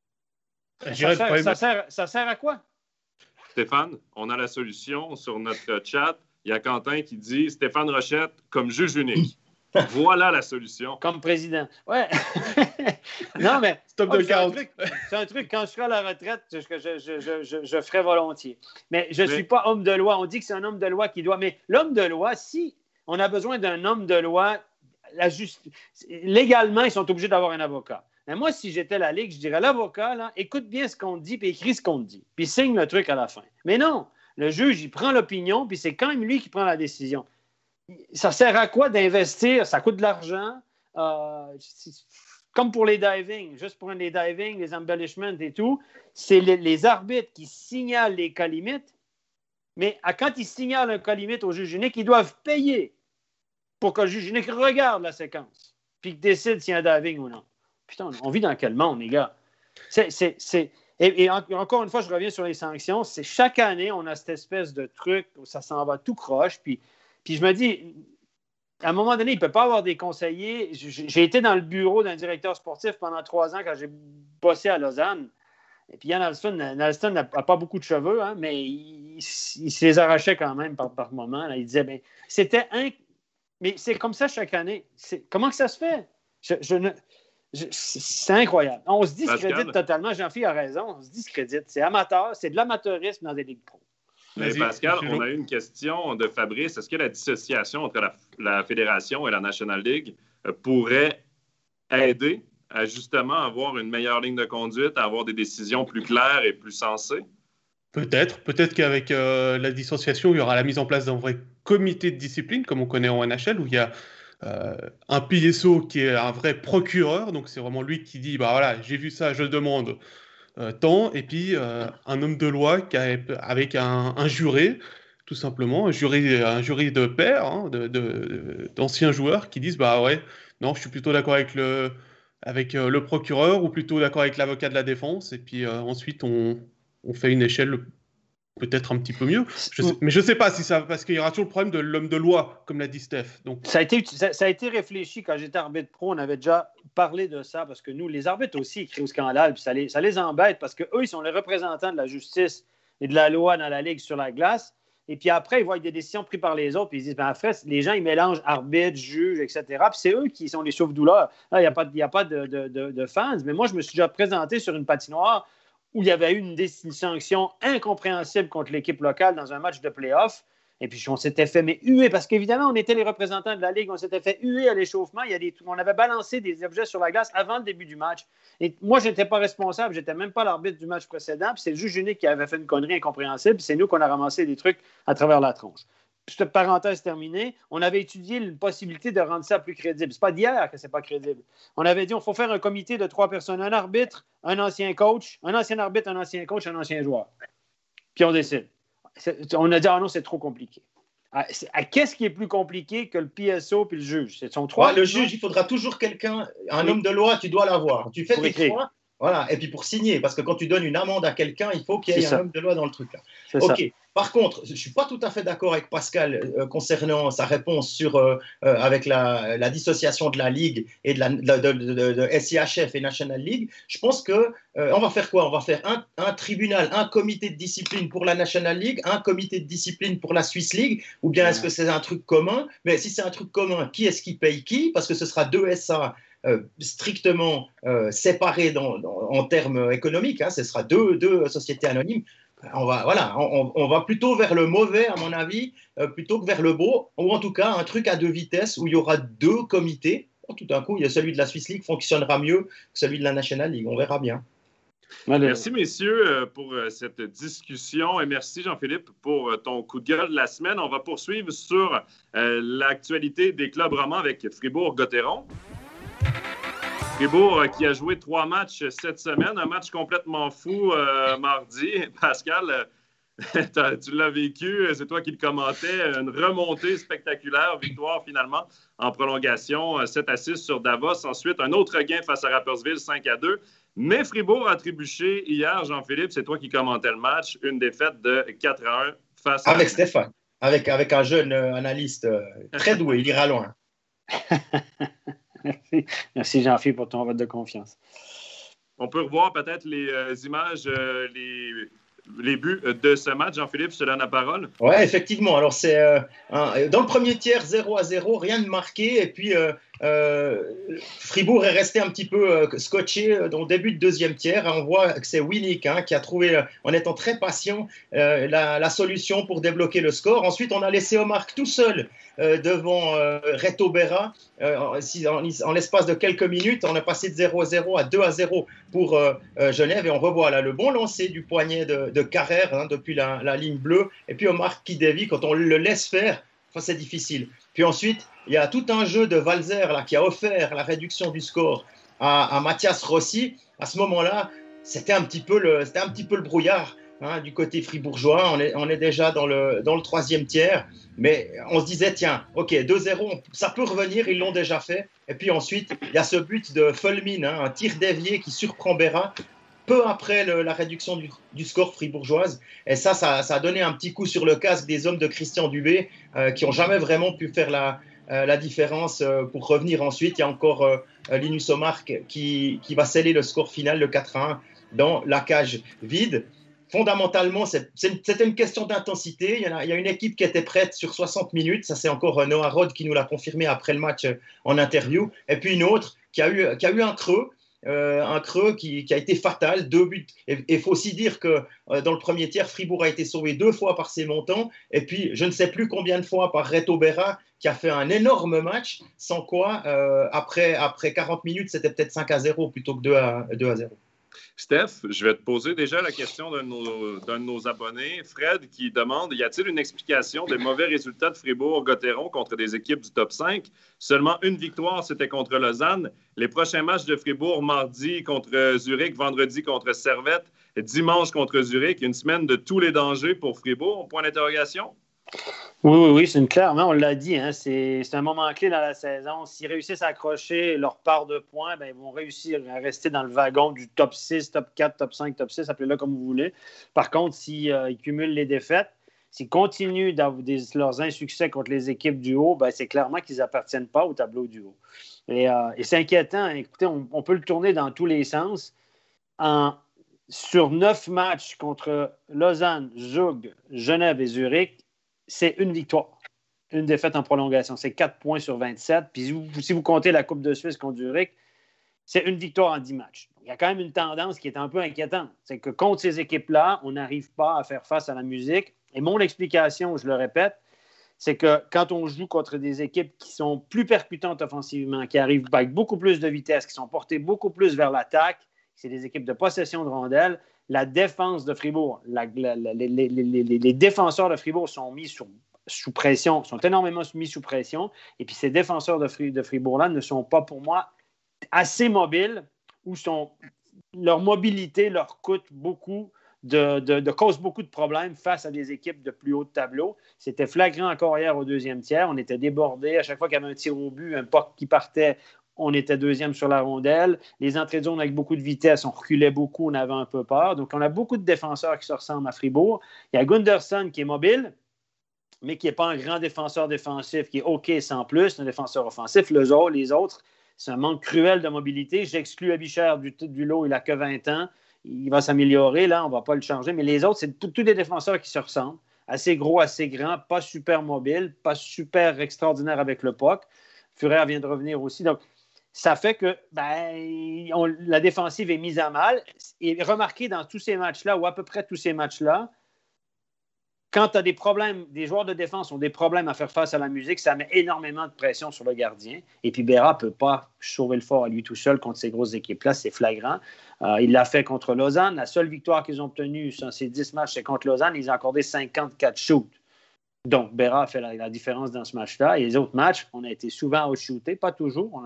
Ça sert à quoi? Stéphane, on a la solution sur notre chat. Il y a Quentin qui dit Stéphane Rochette comme juge unique. Voilà la solution. Comme président. Ouais. Non, mais c'est un truc, quand je serai à la retraite, je ferai volontiers. Mais je ne suis pas homme de loi. On dit que c'est un homme de loi qui doit. Mais l'homme de loi, si on a besoin d'un homme de loi, légalement, ils sont obligés d'avoir un avocat. Mais moi, si j'étais la Ligue, je dirais l'avocat, là, écoute bien ce qu'on te dit, puis écris ce qu'on te dit, puis signe le truc à la fin. Mais non, le juge, il prend l'opinion, puis c'est quand même lui qui prend la décision. Ça sert à quoi d'investir? Ça coûte de l'argent. Comme pour les diving, juste pour les diving, les embellishments et tout, c'est les arbitres qui signalent les cas limites, mais quand ils signalent un cas limite au juge unique, ils doivent payer pour que le juge unique regarde la séquence, puis qu'il décide s'il y a un diving ou non. Putain, on vit dans quel monde, les gars? Et encore une fois, je reviens sur les sanctions. C'est chaque année, on a cette espèce de truc où ça s'en va tout croche. Puis je me dis, à un moment donné, il ne peut pas avoir des conseillers. J'ai été dans le bureau d'un directeur sportif pendant 3 ans quand j'ai bossé à Lausanne. Et puis Yann Alston n'a pas beaucoup de cheveux, hein, mais il se les arrachait quand même par moment. Là. Il disait, mais c'est comme ça chaque année. Comment que ça se fait? C'est incroyable. On se discrédite totalement. Jean-Philippe a raison. On se discrédite. C'est amateur. C'est de l'amateurisme dans des ligues pro. Mais Pascal, on a eu une question de Fabrice. Est-ce que la dissociation entre la Fédération et la National League pourrait aider à justement avoir une meilleure ligne de conduite, à avoir des décisions plus claires et plus sensées? Peut-être qu'avec la dissociation, il y aura la mise en place d'un vrai comité de discipline, comme on connaît en NHL, où il y a un PSO qui est un vrai procureur, donc c'est vraiment lui qui dit, bah voilà, j'ai vu ça, je demande tant, et puis un homme de loi avec un juré, tout simplement, un jury de pairs, hein, d'anciens joueurs qui disent, bah ouais, non, je suis plutôt d'accord avec le procureur, ou plutôt d'accord avec l'avocat de la défense, et puis ensuite on fait une échelle peut-être un petit peu mieux. Mais je ne sais pas si ça... Parce qu'il y aura toujours le problème de l'homme de loi, comme l'a dit Steph. Donc... Ça a été réfléchi quand j'étais arbitre pro. On avait déjà parlé de ça parce que nous, les arbitres aussi, ils créent au scandale. Puis ça les embête parce qu'eux, ils sont les représentants de la justice et de la loi dans la Ligue sur la glace. Et puis après, ils voient des décisions prises par les autres. Puis ils disent, après, les gens, ils mélangent arbitre, juge, etc. Puis c'est eux qui sont les sauve-douleurs. Là, il n'y a pas de fans. Mais moi, je me suis déjà présenté sur une patinoire où il y avait eu une sanction incompréhensible contre l'équipe locale dans un match de play-off. Et puis, on s'était fait huer, parce qu'évidemment, on était les représentants de la Ligue, on s'était fait huer à l'échauffement. On avait balancé des objets sur la glace avant le début du match. Et moi, je n'étais pas responsable, je n'étais même pas l'arbitre du match précédent. Puis c'est le juge unique qui avait fait une connerie incompréhensible. Puis c'est nous qu'on a ramassé des trucs à travers la tronche. Cette parenthèse terminée, on avait étudié une possibilité de rendre ça plus crédible. Ce n'est pas d'hier que ce n'est pas crédible. On avait dit qu'il faut faire un comité de 3 personnes, un arbitre, un ancien coach, un ancien arbitre, un ancien coach, un ancien joueur. Puis on décide. On a dit, non, c'est trop compliqué. Qu'est-ce qui est plus compliqué que le PSO puis le juge? Ce sont 3. Le juge, il faudra toujours quelqu'un, un homme de loi, tu dois l'avoir. Tu fais tes choix. Voilà, et puis pour signer, parce que quand tu donnes une amende à quelqu'un, il faut qu'il y ait un homme de loi dans le truc. Là. Ok. Ça. Par contre, je ne suis pas tout à fait d'accord avec Pascal concernant sa réponse sur, avec la dissociation de la Ligue et de SIHF et National League. Je pense qu'on va faire quoi? On va faire un tribunal, un comité de discipline pour la National League, un comité de discipline pour la Swiss League, ou bien est-ce que c'est un truc commun? Mais si c'est un truc commun, qui est-ce qui paye qui? Parce que ce sera deux SA strictement séparés en termes économiques, hein, ce sera deux sociétés anonymes. On va plutôt vers le mauvais, à mon avis, plutôt que vers le beau, ou en tout cas un truc à deux vitesses où il y aura deux comités. Tout d'un coup, il y a celui de la Swiss League fonctionnera mieux que celui de la National League. On verra bien. Merci, messieurs, pour cette discussion et merci, Jean-Philippe, pour ton coup de gueule de la semaine. On va poursuivre sur l'actualité des clubs romans avec Fribourg-Gotteron. Fribourg qui a joué 3 matchs cette semaine, un match complètement fou mardi. Pascal, tu l'as vécu, c'est toi qui le commentais, une remontée spectaculaire, victoire finalement en prolongation, 7-6 sur Davos. Ensuite, un autre gain face à Rapperswil, 5-2. Mais Fribourg a trébuché hier, Jean-Philippe, c'est toi qui commentais le match, une défaite de 4-1 face avec Stéphane, avec un jeune analyste très doué, il ira loin. Merci Jean-Philippe pour ton vote de confiance. On peut revoir peut-être les images, les buts de ce match. Jean-Philippe, je te donne la parole. Oui, effectivement. Alors, c'est dans le premier tiers, 0-0, rien de marqué. Et puis, Fribourg est resté un petit peu scotché dans le début de deuxième tiers. On voit que c'est Winnick qui a trouvé, en étant très patient, la solution pour débloquer le score. Ensuite, on a laissé Omar tout seul devant Reto Berra. En l'espace de quelques minutes, on est passé de 0-0 à 2-0 pour Genève. Et on revoit là le bon lancer du poignet de Carrère depuis la ligne bleue. Et puis Omar qui dévie, quand on le laisse faire, c'est difficile. Puis ensuite, il y a tout un jeu de Walzer qui a offert la réduction du score à Mathias Rossi. À ce moment-là, c'était un petit peu le brouillard du côté fribourgeois. On est déjà dans le troisième tiers. Mais on se disait, tiens, OK, 2-0, ça peut revenir, ils l'ont déjà fait. Et puis ensuite, il y a ce but de Fulmin, un tir dévié qui surprend Berra peu après la réduction du score fribourgeoise. Et ça a donné un petit coup sur le casque des hommes de Christian Dubé qui n'ont jamais vraiment pu faire la différence pour revenir ensuite. Il y a encore Linus Omar qui va sceller le score final, le 4-1, dans la cage vide. Fondamentalement, c'était une question d'intensité. Il y a une équipe qui était prête sur 60 minutes. Ça, c'est encore Noah Rod qui nous l'a confirmé après le match en interview. Et puis une autre qui a eu un creux. Un creux qui a été fatal, 2 buts. Et il faut aussi dire que dans le premier tiers, Fribourg a été sauvé 2 fois par ses montants, et puis je ne sais plus combien de fois par Reto Berra, qui a fait un énorme match, sans quoi, après 40 minutes, c'était peut-être 5-0 plutôt que 2-0. Steph, je vais te poser déjà la question d'un de nos abonnés, Fred, qui demande, y a-t-il une explication des mauvais résultats de Fribourg-Gotteron contre des équipes du top 5? Seulement une victoire, c'était contre Lausanne. Les prochains matchs de Fribourg, mardi contre Zurich, vendredi contre Servette, et dimanche contre Zurich. Une semaine de tous les dangers pour Fribourg, point d'interrogation? Oui, c'est clairement, on l'a dit, c'est un moment clé dans la saison. S'ils réussissent à accrocher leur part de points, ils vont réussir à rester dans le wagon du top 6, top 4, top 5, top 6, appelez-le comme vous voulez. Par contre, s'ils cumulent les défaites, s'ils continuent d'avoir leurs insuccès contre les équipes du haut, c'est clairement qu'ils n'appartiennent pas au tableau du haut. Et c'est inquiétant. Écoutez, on peut le tourner dans tous les sens. Sur 9 matchs contre Lausanne, Zug, Genève et Zurich, c'est une victoire. Une défaite en prolongation. C'est 4 points sur 27. Puis si vous comptez la Coupe de Suisse contre Zurich, c'est une victoire en 10 matchs. Il y a quand même une tendance qui est un peu inquiétante. C'est que contre ces équipes-là, on n'arrive pas à faire face à la musique. Et mon explication, je le répète, c'est que quand on joue contre des équipes qui sont plus percutantes offensivement, qui arrivent avec beaucoup plus de vitesse, qui sont portées beaucoup plus vers l'attaque, c'est des équipes de possession de rondelles, la défense de Fribourg, les défenseurs de Fribourg sont mis sous pression, sont énormément mis sous pression. Et puis ces défenseurs de Fribourg-là ne sont pas, pour moi, assez mobiles ou leur mobilité leur coûte beaucoup, cause beaucoup de problèmes face à des équipes de plus haut de tableau. C'était flagrant encore hier au deuxième tiers. On était débordés. À chaque fois qu'il y avait un tir au but, un puck qui partait, on était deuxième sur la rondelle. Les entrées de zone avec beaucoup de vitesse, on reculait beaucoup, on avait un peu peur. Donc, on a beaucoup de défenseurs qui se ressemblent à Fribourg. Il y a Gunderson qui est mobile, mais qui n'est pas un grand défenseur défensif, qui est OK sans plus, un défenseur offensif. Les autres, c'est un manque cruel de mobilité. J'exclus Abichère du lot, il n'a que 20 ans. Il va s'améliorer, là, on ne va pas le changer. Mais les autres, c'est tous des défenseurs qui se ressemblent. Assez gros, assez grands, pas super mobiles, pas super extraordinaires avec le puck. Führer vient de revenir aussi. Donc, ça fait que la défensive est mise à mal. Et remarquez dans tous ces matchs-là, ou à peu près tous ces matchs-là, quand tu as des problèmes, des joueurs de défense ont des problèmes à faire face à la musique, ça met énormément de pression sur le gardien. Et puis Berra ne peut pas sauver le fort à lui tout seul contre ces grosses équipes-là. C'est flagrant. Il l'a fait contre Lausanne. La seule victoire qu'ils ont obtenue dans ces 10 matchs, c'est contre Lausanne. Ils ont accordé 54 shoots. Donc, Berra a fait la différence dans ce match-là. Et les autres matchs, on a été souvent out-shootés, pas toujours. On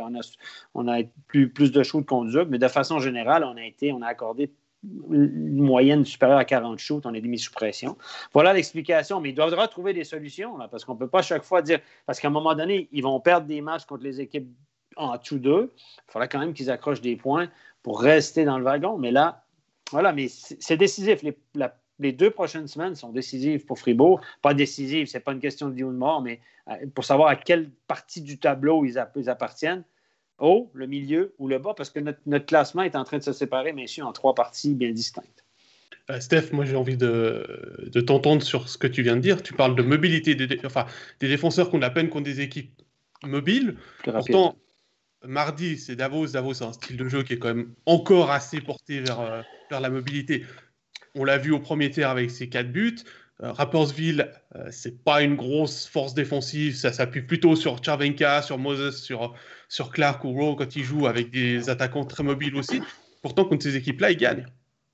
a plus de shoots qu'on Zug, mais de façon générale, on a accordé une moyenne supérieure à 40 shoots, on est mis sous pression. Voilà l'explication, mais il devra trouver des solutions, là, parce qu'on ne peut pas à chaque fois dire, parce qu'à un moment donné, ils vont perdre des matchs contre les équipes en dessous d'eux. Il faudra quand même qu'ils accrochent des points pour rester dans le wagon, mais là, voilà, mais c'est décisif. Les 2 prochaines semaines sont décisives pour Fribourg. Pas décisives, ce n'est pas une question de vie ou de mort, mais pour savoir à quelle partie du tableau ils appartiennent. Haut, le milieu ou le bas, parce que notre classement est en train de se séparer, messieurs, en 3 parties bien distinctes. Steph, moi j'ai envie de t'entendre sur ce que tu viens de dire. Tu parles de mobilité des défenseurs qu'on a à peine contre des équipes mobiles. Pourtant, mardi, c'est Davos. Davos, c'est un style de jeu qui est quand même encore assez porté vers la mobilité. On l'a vu au premier tiers avec ses 4 buts. Rapperswil, c'est pas une grosse force défensive, ça s'appuie plutôt sur Chervenka, sur Moses, sur Clark ou Rowe quand ils jouent avec des attaquants très mobiles aussi. Pourtant, contre ces équipes-là, ils gagnent.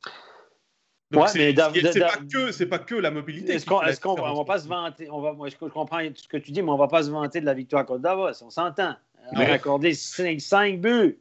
Donc, c'est pas que la mobilité. Est-ce qu'on va pas se vanter? Je comprends ce que tu dis, mais on va pas se vanter de la victoire contre Davos. On s'entend. On a accordé 5 buts.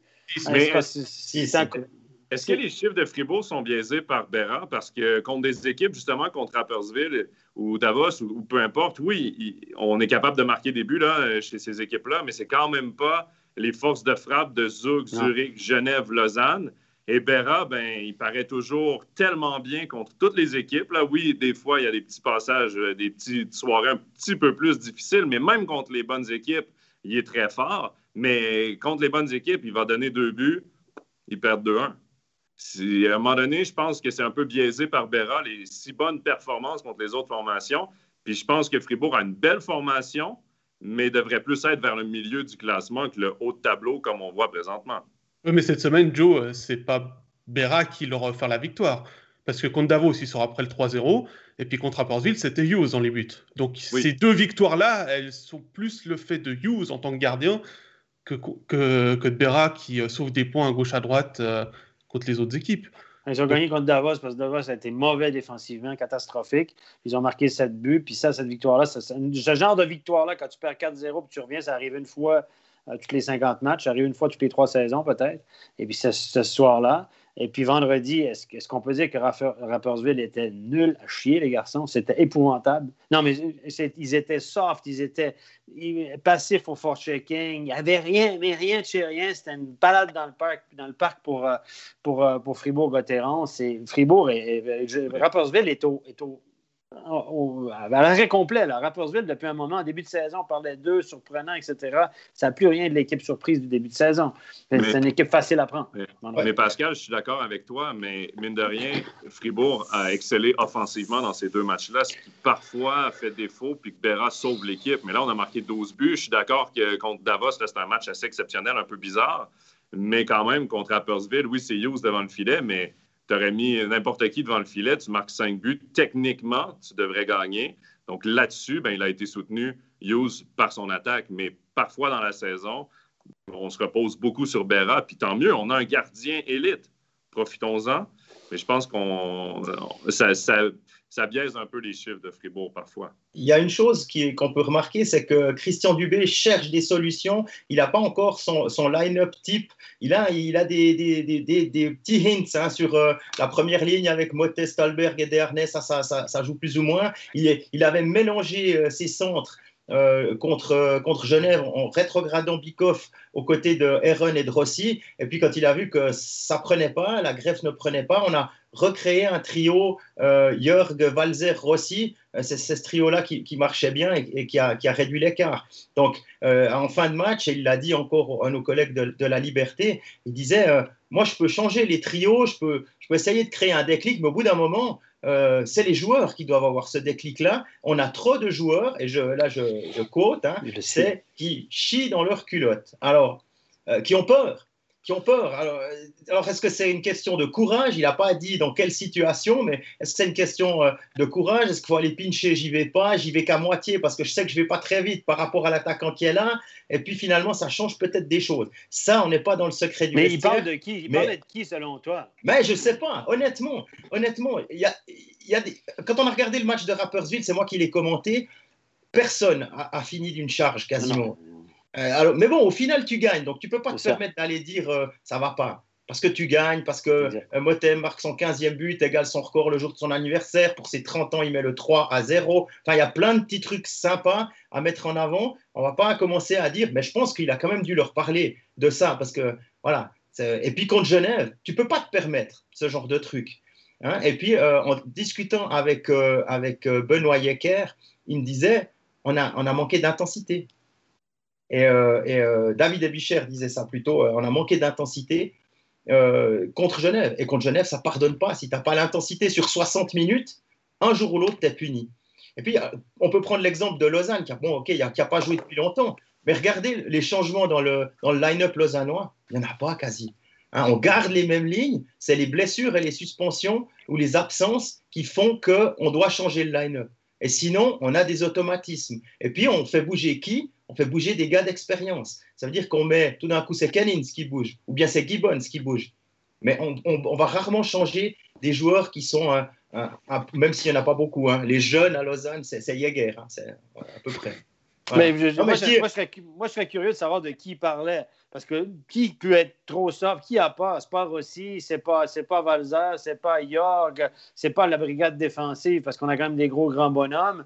Est-ce que les chiffres de Fribourg sont biaisés par Berra? Parce que contre des équipes, justement, contre Rapperswil ou Davos ou peu importe, oui, on est capable de marquer des buts là, chez ces équipes-là, mais c'est quand même pas les forces de frappe de Zug, Zurich, Genève, Lausanne. Et Berra, il paraît toujours tellement bien contre toutes les équipes. Là, oui, des fois, il y a des petits passages, des petites soirées un petit peu plus difficiles, mais même contre les bonnes équipes, il est très fort. Mais contre les bonnes équipes, il va donner 2 buts, il perd 2-1. À un moment donné, je pense que c'est un peu biaisé par Berra, les si bonnes performances contre les autres formations. Puis je pense que Fribourg a une belle formation, mais devrait plus être vers le milieu du classement que le haut de tableau, comme on voit présentement. Oui, mais cette semaine, Joe, c'est pas Berra qui leur a offert la victoire. Parce que contre Davos, ils sont après le 3-0. Et puis contre Rapperswil, c'était Hughes dans les buts. Donc Ces 2 victoires-là, elles sont plus le fait de Hughes en tant que gardien que de Berra qui sauve des points à gauche à droite contre les autres équipes. Ils ont gagné contre Davos parce que Davos a été mauvais défensivement, catastrophique. Ils ont marqué 7 buts. Puis cette victoire-là, ce genre de victoire-là, quand tu perds 4-0 puis tu reviens, ça arrive une fois toutes les 50 matchs. Ça arrive une fois toutes les 3 saisons, peut-être. Et puis ce soir-là. Et puis vendredi, est-ce qu'on peut dire que Rapperswil était nul à chier, les garçons? C'était épouvantable. Non, mais ils étaient soft, ils étaient passifs au forechecking. Il n'y avait rien, mais rien de chez rien. C'était une balade dans le parc pour Fribourg-Gotteron. Rapperswil est à l'arrêt complet. Rapperswil, depuis un moment, en début de saison, on parlait d'eux, surprenants, etc. Ça n'a plus rien de l'équipe surprise du début de saison. C'est une équipe facile à prendre. Mais Pascal, je suis d'accord avec toi, mais mine de rien, Fribourg a excellé offensivement dans ces 2 matchs-là, ce qui parfois fait défaut, puis que Berra sauve l'équipe. Mais là, on a marqué 12 buts. Je suis d'accord que contre Davos, c'est un match assez exceptionnel, un peu bizarre. Mais quand même, contre Rapperswil, oui, c'est Hughes devant le filet, mais tu aurais mis n'importe qui devant le filet, tu marques 5 buts. Techniquement, tu devrais gagner. Donc là-dessus, il a été soutenu, Hughes, par son attaque. Mais parfois dans la saison, on se repose beaucoup sur Berra. Puis tant mieux, on a un gardien élite. Profitons-en. Mais je pense ça biaise un peu les chiffres de Fribourg parfois. Il y a une chose qu'on peut remarquer, c'est que Christian Dubé cherche des solutions. Il n'a pas encore son line-up type. Il a des petits hints sur la première ligne avec Motte, Stolberg et Desharnais. Ça joue plus ou moins. Il avait mélangé ses centres contre Genève en rétrogradant Bikoff aux côtés de Heron et de Rossi. Et puis quand il a vu que ça prenait pas, la greffe ne prenait pas, on a recréé un trio Jörg, Walzer, Rossi. C'est ce trio-là qui marchait bien et qui a réduit l'écart. Donc en fin de match, et il l'a dit encore à nos collègues de la Liberté, il disait moi je peux changer les trios, je peux essayer de créer un déclic, mais au bout d'un moment, c'est les joueurs qui doivent avoir ce déclic-là. On a trop de joueurs, et je quote, c'est qui chient dans leur culotte. Alors, qui ont peur. Alors, est-ce que c'est une question de courage? Il n'a pas dit dans quelle situation, mais est-ce que c'est une question de courage? Est-ce qu'il faut aller pincher? J'y vais pas, j'y vais qu'à moitié parce que je sais que je vais pas très vite par rapport à l'attaquant qui est là. Et puis finalement, ça change peut-être des choses. Ça, on n'est pas dans le secret du vestiaire. Mais il parle de qui? Il parle de qui selon toi? Mais je sais pas. Honnêtement, il y a quand on a regardé le match de Rapperswil, c'est moi qui l'ai commenté. Personne a fini d'une charge quasiment. Alors, mais bon, au final, tu gagnes. Donc, tu ne peux pas te permettre d'aller dire ça ne va pas. Parce que tu gagnes, parce que Motem marque son 15e but, égale son record le jour de son anniversaire. Pour ses 30 ans, il met le 3-0. Enfin, il y a plein de petits trucs sympas à mettre en avant. On ne va pas commencer à dire, mais je pense qu'il a quand même dû leur parler de ça. Parce que, voilà. Et puis, contre Genève, tu ne peux pas te permettre ce genre de truc. Hein. Et puis, en discutant avec Benoît Yecker, il me disait on a manqué d'intensité. Et David Ebicher disait ça plutôt, on a manqué d'intensité contre Genève. Et contre Genève, ça ne pardonne pas. Si tu n'as pas l'intensité sur 60 minutes, un jour ou l'autre, tu es puni. Et puis, on peut prendre l'exemple de Lausanne, qui n'a pas joué depuis longtemps. Mais regardez les changements dans le line-up lausannois, il n'y en a pas quasi. Hein, on garde les mêmes lignes, c'est les blessures et les suspensions ou les absences qui font qu'on doit changer le line-up. Et sinon, on a des automatismes. Et puis, on fait bouger qui? On fait bouger des gars d'expérience. Ça veut dire qu'on met, tout d'un coup, c'est Cannings qui bouge, ou bien c'est Gibbons qui bouge. Mais on va rarement changer des joueurs qui sont, même s'il n'y en a pas beaucoup, hein. Les jeunes à Lausanne, c'est Jäger, hein, c'est à peu près. Voilà. Moi, je serais curieux de savoir de qui il parlait. Parce que qui peut être trop soft? Qui a pas? C'est pas Rossi, c'est pas Walzer, c'est pas Jorg, c'est pas la brigade défensive, parce qu'on a quand même des grands bonhommes.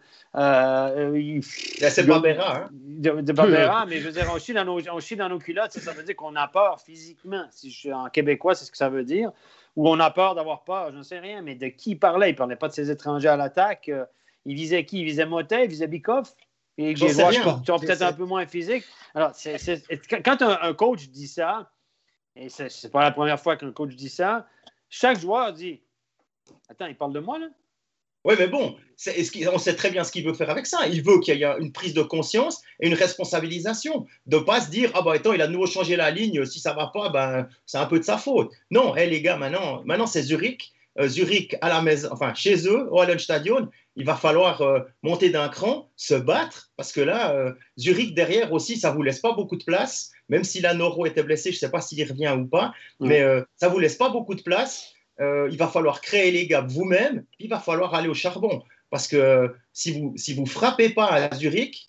C'est pas Béra, hein? De Béra, mais je veux dire, on chie dans nos culottes, ça veut dire qu'on a peur physiquement. Si je suis en québécois, c'est ce que ça veut dire. Ou on a peur d'avoir peur, je ne sais rien. Mais de qui il parlait? Il parlait pas de ses étrangers à l'attaque. Il visait qui? Il visait Motet, il visait Bikoff. Et des joueurs qui sont peut-être un peu moins physiques. Alors, quand un coach dit ça, et c'est pas la première fois qu'un coach dit ça, chaque joueur dit attends, il parle de moi, là? Oui, mais bon, on sait très bien ce qu'il veut faire avec ça. Il veut qu'il y ait une prise de conscience et une responsabilisation. De ne pas se dire ah ben attends, il a de nouveau changé la ligne, si ça ne va pas, ben, c'est un peu de sa faute. Non, les gars, maintenant c'est Zurich. Zurich à la maison, enfin chez eux, au Hallenstadion, il va falloir monter d'un cran, se battre, parce que là, Zurich derrière aussi, ça ne vous laisse pas beaucoup de place, même si la Noro était blessé, je ne sais pas s'il revient ou pas, mais ça ne vous laisse pas beaucoup de place. Il va falloir créer les gaps vous-même, puis il va falloir aller au charbon, parce que si vous frappez pas à Zurich,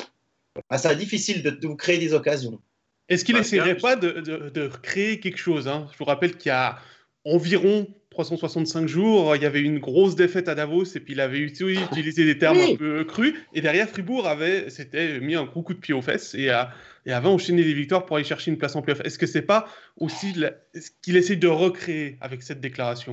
ça sera difficile de vous créer des occasions. Est-ce qu'il n'essaierait pas de créer quelque chose, hein? Je vous rappelle qu'il y a environ 365 jours, il y avait une grosse défaite à Davos et puis il avait utilisé des termes un peu crus. Et derrière, Fribourg s'était mis un gros coup de pied aux fesses et avait enchaîné les victoires pour aller chercher une place en play-off. Est-ce que c'est pas aussi ce qu'il essaie de recréer avec cette déclaration?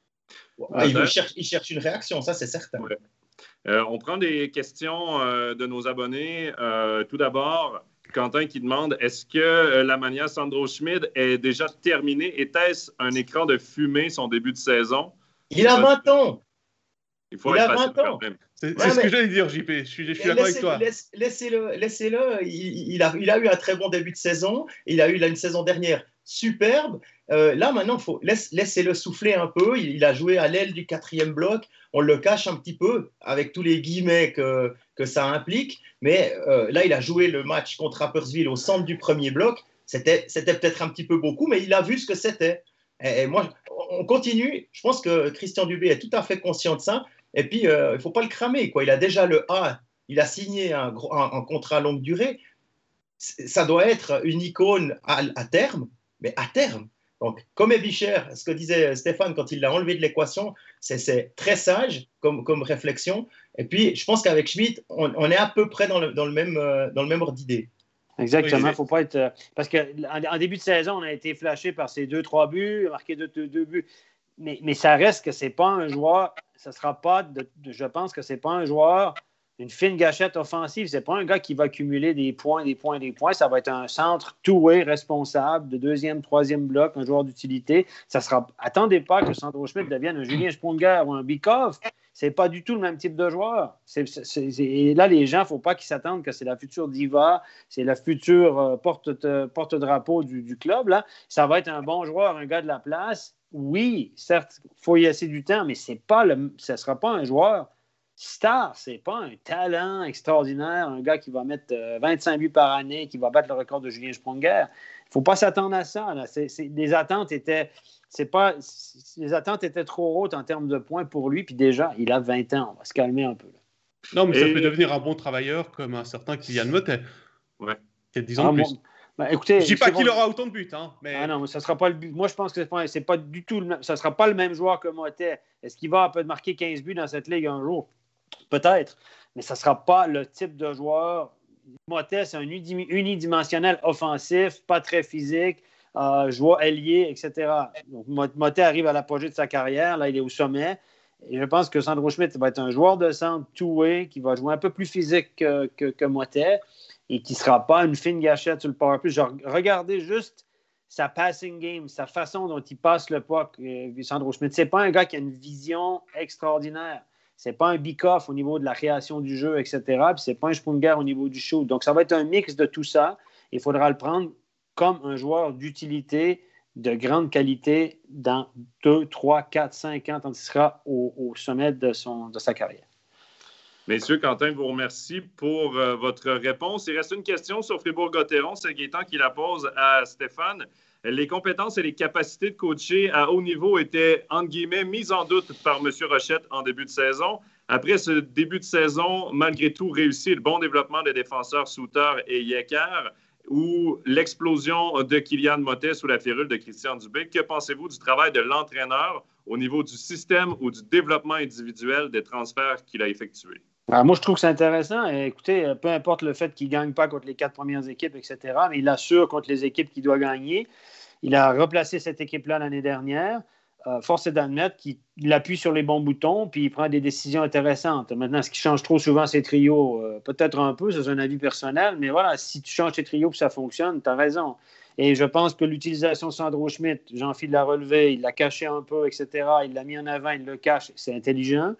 Il cherche une réaction, ça c'est certain. Ouais. On prend des questions de nos abonnés. Tout d'abord, Quentin qui demande est-ce que la mania Sandro Schmid est déjà terminée? Était-ce un écran de fumée son début de saison? Il a 20 ans. Il faut être patient quand même. C'est ce que j'allais dire, JP. Je suis d'accord avec toi. Laissez-le. Il a eu un très bon début de saison. Il a eu une saison dernière superbe. Là, maintenant, laissez-le souffler un peu. Il a joué à l'aile du 4e bloc. On le cache un petit peu avec tous les guillemets que ça implique. Mais là, il a joué le match contre Rapperswil au centre du 1er bloc. C'était peut-être un petit peu beaucoup, mais il a vu ce que c'était. Et moi, on continue. Je pense que Christian Dubé est tout à fait conscient de ça. Et puis, il ne faut pas le cramer, quoi. Il a déjà le A. Il a signé un contrat à longue durée. Ça doit être une icône à terme. Mais à terme, Donc, comme Ebicher, ce que disait Stéphane quand il l'a enlevé de l'équation, c'est très sage comme réflexion. Et puis, je pense qu'avec Schmitt, on est à peu près dans le même ordre d'idée. Exactement, il ne faut pas être... Parce qu'en début de saison, on a été flashé par ses 2-3 buts, marqué 2 buts. Mais ça reste que ce n'est pas un joueur... Ça sera pas je pense que ce n'est pas un joueur, une fine gâchette offensive. Ce n'est pas un gars qui va accumuler des points. Ça va être un centre two-way responsable de 2e, 3e bloc, un joueur d'utilité. Attendez pas que Sandro Schmitt devienne un Julien Sprunger ou un Bikov. Ce n'est pas du tout le même type de joueur. Et là, les gens, il ne faut pas qu'ils s'attendent que c'est la future diva, c'est la future porte-drapeau du club. Là. Ça va être un bon joueur, un gars de la place. Oui, certes, il faut y laisser du temps, mais ce ne sera pas un joueur star. Ce n'est pas un talent extraordinaire, un gars qui va mettre 25 buts par année, qui va battre le record de Julien Sprunger. Il ne faut pas s'attendre à ça. Là. Les attentes étaient trop hautes en termes de points pour lui, puis déjà, il a 20 ans. On va se calmer un peu. Là. Non, mais ça peut devenir un bon travailleur comme un certain Kylian Motet. Ouais. Qui a 10 ans de plus. Écoutez, je ne dis pas qu'il aura autant de buts. Mais... Ah non, mais ça ne sera pas le but. Moi, je pense que c'est pas du tout ça ne sera pas le même joueur que Motet. Est-ce qu'il va peut-être marquer 15 buts dans cette ligue un jour? Peut-être. Mais ça ne sera pas le type de joueur. Motet, c'est un unidimensionnel offensif, pas très physique, joueur ailier, etc. Donc, Motet arrive à l'apogée de sa carrière. Là, il est au sommet. Et je pense que Sandro Schmitt va être un joueur de centre two-way qui va jouer un peu plus physique que Motet et qui ne sera pas une fine gâchette sur le power play. Regardez juste sa passing game, sa façon dont il passe le puck, Sandro Schmitt. Ce n'est pas un gars qui a une vision extraordinaire. Ce n'est pas un Bikoff au niveau de la création du jeu, etc. Puis ce n'est pas un Sprunger au niveau du shoot. Donc, ça va être un mix de tout ça. Il faudra le prendre comme un joueur d'utilité de grande qualité dans 2, 3, 4, 5 ans, quand il sera au sommet de sa carrière. Messieurs, Quentin vous remercie pour votre réponse. Il reste une question sur Fribourg-Gotteron. C'est Gaétan qui la pose à Stéphane. Les compétences et les capacités de coacher à haut niveau étaient, entre guillemets, mises en doute par M. Rochette en début de saison. Après ce début de saison, malgré tout, réussi le bon développement des défenseurs Souter et Yecker ou l'explosion de Kylian Motet sous la férule de Christian Dubé. Que pensez-vous du travail de l'entraîneur au niveau du système ou du développement individuel des transferts qu'il a effectués? Alors moi, je trouve que c'est intéressant. Écoutez, peu importe le fait qu'il ne gagne pas contre les 4 premières équipes, etc., mais il assure contre les équipes qu'il doit gagner. Il a replacé cette équipe-là l'année dernière. Force est d'admettre qu'il appuie sur les bons boutons puis il prend des décisions intéressantes. Maintenant, ce qui change trop souvent, c'est trios. Peut-être un peu, c'est un avis personnel, mais voilà, si tu changes tes trios et ça fonctionne, tu as raison. Et je pense que l'utilisation de Sandro Schmitt, Jean-Philippe l'a relevé, il l'a caché un peu, etc., il l'a mis en avant, il le cache, c'est intelligent.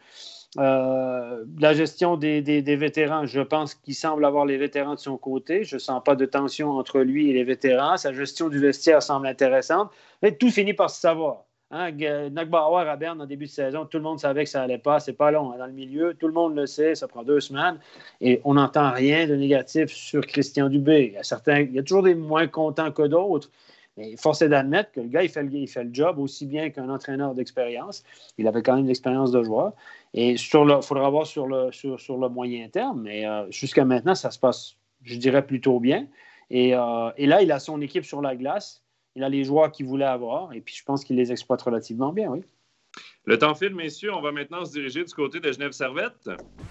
La gestion des vétérans, je pense qu'il semble avoir les vétérans de son côté. Je ne sens pas de tension entre lui et les vétérans. Sa gestion du vestiaire semble intéressante. Mais tout finit par se savoir. Nagbauer à Berne en début de saison, tout le monde savait que ça n'allait pas. C'est pas long dans le milieu. Tout le monde le sait. Ça prend 2 semaines. Et on n'entend rien de négatif sur Christian Dubé. Il y a toujours des moins contents que d'autres. Mais force est d'admettre que le gars, il fait le job aussi bien qu'un entraîneur d'expérience. Il avait quand même l'expérience de joueur. Et il faudra voir sur le moyen terme. Mais jusqu'à maintenant, ça se passe, je dirais, plutôt bien. Et là, il a son équipe sur la glace. Il a les joueurs qu'il voulait avoir. Et puis, je pense qu'il les exploite relativement bien, oui. Le temps file, messieurs. On va maintenant se diriger du côté de Genève Servette.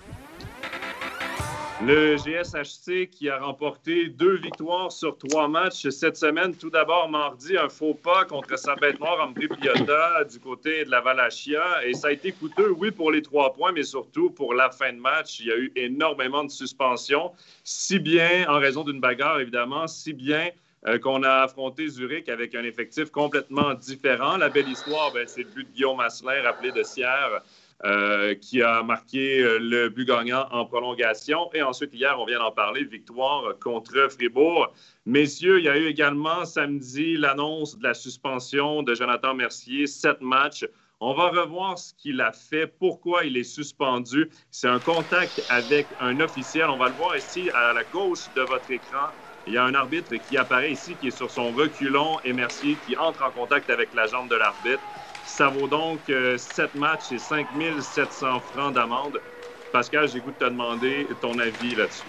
Le GSHC qui a remporté 2 victoires sur 3 matchs cette semaine. Tout d'abord, mardi, un faux pas contre sa bête noire Ambry Piotta du côté de la Valachia. Et ça a été coûteux, oui, pour les 3 points, mais surtout pour la fin de match. Il y a eu énormément de suspensions, si bien, en raison d'une bagarre, évidemment, si bien qu'on a affronté Zurich avec un effectif complètement différent. La belle histoire, c'est le but de Guillaume Asselin, rappelé de Sierre, qui a marqué le but gagnant en prolongation. Et ensuite, hier, on vient d'en parler, victoire contre Fribourg. Messieurs, il y a eu également samedi l'annonce de la suspension de Jonathan Mercier, 7 matchs. On va revoir ce qu'il a fait, pourquoi il est suspendu. C'est un contact avec un officiel. On va le voir ici à la gauche de votre écran. Il y a un arbitre qui apparaît ici, qui est sur son reculon, et Mercier qui entre en contact avec la jambe de l'arbitre. Ça vaut donc 7 matchs et 5 700 francs d'amende. Pascal, j'ai goût de te demander ton avis là-dessus.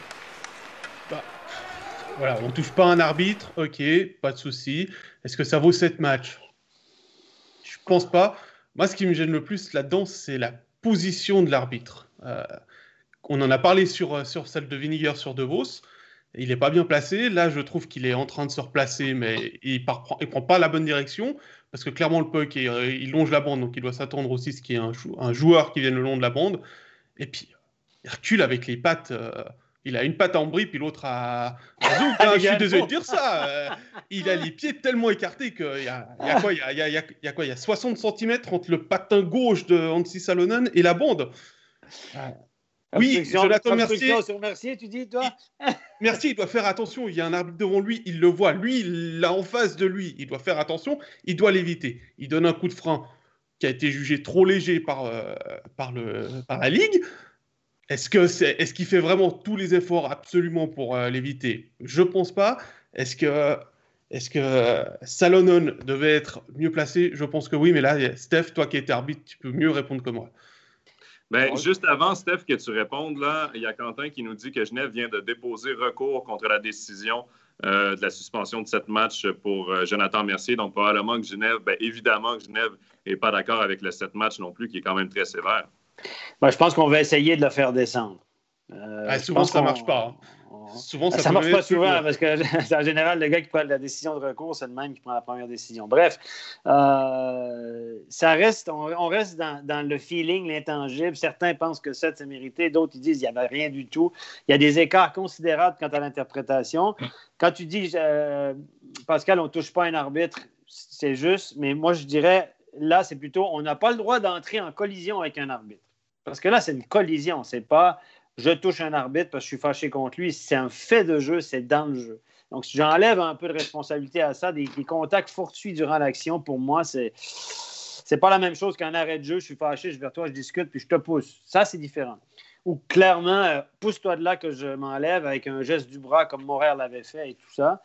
Voilà, on ne touche pas un arbitre, ok, pas de souci. Est-ce que ça vaut 7 matchs ? pense pas. Moi, ce qui me gêne le plus là-dedans, c'est la position de l'arbitre. On en a parlé sur celle de Winiger sur De Vos. Il n'est pas bien placé. Là, je trouve qu'il est en train de se replacer, mais il prend pas la bonne direction, parce que clairement, le puck, il longe la bande, donc il doit s'attendre aussi à ce qu'il y ait un joueur qui vienne le long de la bande. Et puis, il recule avec les pattes. Il a une patte à Ambry, puis l'autre à Zouk. Je suis désolé de dire ça. Il a les pieds tellement écartés qu'il y a quoi, il y a 60 cm entre le patin gauche de Anssi Salonen et la bande. Oui, Jonathan Mercier. Sur Mercier, tu dis, toi? Mercier, il doit faire attention. Il y a un arbitre devant lui, il le voit. Lui, il l'a en face de lui. Il doit faire attention. Il doit l'éviter. Il donne un coup de frein qui a été jugé trop léger par la Ligue. Est-ce qu'il fait vraiment tous les efforts absolument pour l'éviter? Je pense pas. Est-ce que Salonen devait être mieux placé? Je pense que oui, mais là, Steph, toi qui étais arbitre, tu peux mieux répondre que moi. Ben, juste avant, Steph, que tu répondes, là, il y a Quentin qui nous dit que Genève vient de déposer recours contre la décision de la suspension de 7 matchs pour Jonathan Mercier. Donc, probablement que Genève, évidemment que Genève n'est pas d'accord avec le 7 matchs non plus, qui est quand même très sévère. Je pense qu'on va essayer de le faire descendre. Souvent, ça ne marche pas. Souvent, ça ne marche pas souvent parce que, en général, le gars qui prend la décision de recours, c'est le même qui prend la première décision. Bref, ça reste, on reste dans le feeling, l'intangible. Certains pensent que 7, c'est mérité. D'autres, ils disent qu'il n'y avait rien du tout. Il y a des écarts considérables quant à l'interprétation. Quand tu dis, Pascal, on ne touche pas un arbitre, c'est juste. Mais moi, je dirais, là, c'est plutôt, on n'a pas le droit d'entrer en collision avec un arbitre. Parce que là, c'est une collision. C'est pas je touche un arbitre parce que je suis fâché contre lui. C'est un fait de jeu, c'est dans le jeu. Donc, si j'enlève un peu de responsabilité à ça, des contacts fortuits durant l'action, pour moi, c'est pas la même chose qu'un arrêt de jeu. Je suis fâché, je vais vers toi, je discute, puis je te pousse. Ça, c'est différent. Ou clairement, pousse-toi de là que je m'enlève avec un geste du bras comme Morer l'avait fait et tout ça.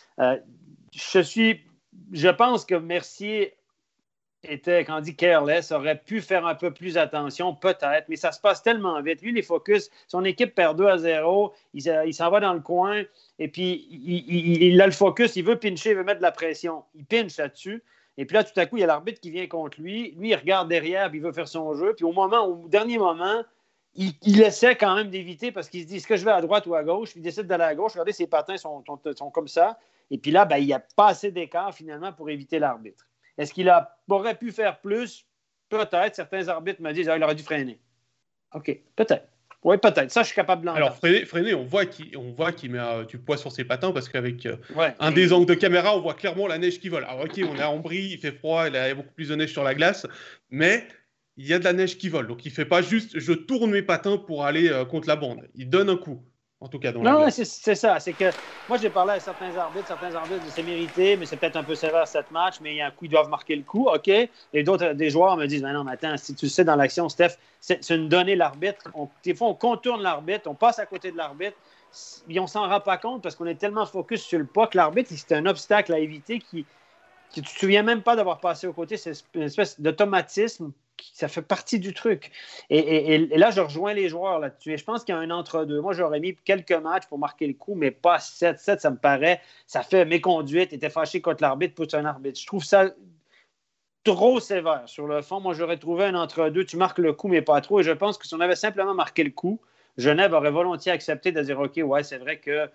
Je pense que Mercier était, quand on dit careless, aurait pu faire un peu plus attention, peut-être, mais ça se passe tellement vite. Lui, les focus, son équipe perd 2-0, il s'en va dans le coin, et puis il a le focus, il veut pincher, il veut mettre de la pression. Il pinche là-dessus, et puis là, tout à coup, il y a l'arbitre qui vient contre lui. Lui, il regarde derrière, puis il veut faire son jeu, puis au dernier moment, il essaie quand même d'éviter parce qu'il se dit, est-ce que je vais à droite ou à gauche? Puis il décide d'aller à gauche. Regardez, ses patins sont comme ça. Et puis là, il n'y a pas assez d'écart, finalement, pour éviter l'arbitre. Est-ce qu'il aurait pu faire plus? Peut-être. Certains arbitres me disent il aurait dû freiner. OK, peut-être. Oui, peut-être. Ça, je suis capable de l'entendre. Alors, freiner, on voit qu'il met du poids sur ses patins parce qu'avec des angles de caméra, on voit clairement la neige qui vole. Alors, OK, on est à Ambry, il fait froid, il y a beaucoup plus de neige sur la glace, mais il y a de la neige qui vole. Donc, il ne fait pas juste je tourne mes patins pour aller contre la bande. Il donne un coup. En tout cas, non, c'est ça. C'est que moi, j'ai parlé à certains arbitres c'est mérité, mais c'est peut-être un peu sévère cette match, mais il y a un coup, ils doivent marquer le coup, OK. Et d'autres, des joueurs me disent non, mais attends, si tu le sais dans l'action, Steph, c'est une donnée l'arbitre. Des fois, on contourne l'arbitre, on passe à côté de l'arbitre, et on s'en rend pas compte parce qu'on est tellement focus sur le puck. L'arbitre, c'est un obstacle à éviter qui tu ne te souviens même pas d'avoir passé aux côtés. C'est une espèce d'automatisme. Ça fait partie du truc. Et là, je rejoins les joueurs là-dessus. Et je pense qu'il y a un entre-deux. Moi, j'aurais mis quelques matchs pour marquer le coup, mais pas 7. 7, ça me paraît, ça fait méconduite. Était fâché contre l'arbitre, pousse un arbitre. Je trouve ça trop sévère sur le fond. Moi, j'aurais trouvé un entre-deux. Tu marques le coup, mais pas trop. Et je pense que si on avait simplement marqué le coup, Genève aurait volontiers accepté de dire OK, ouais, c'est vrai que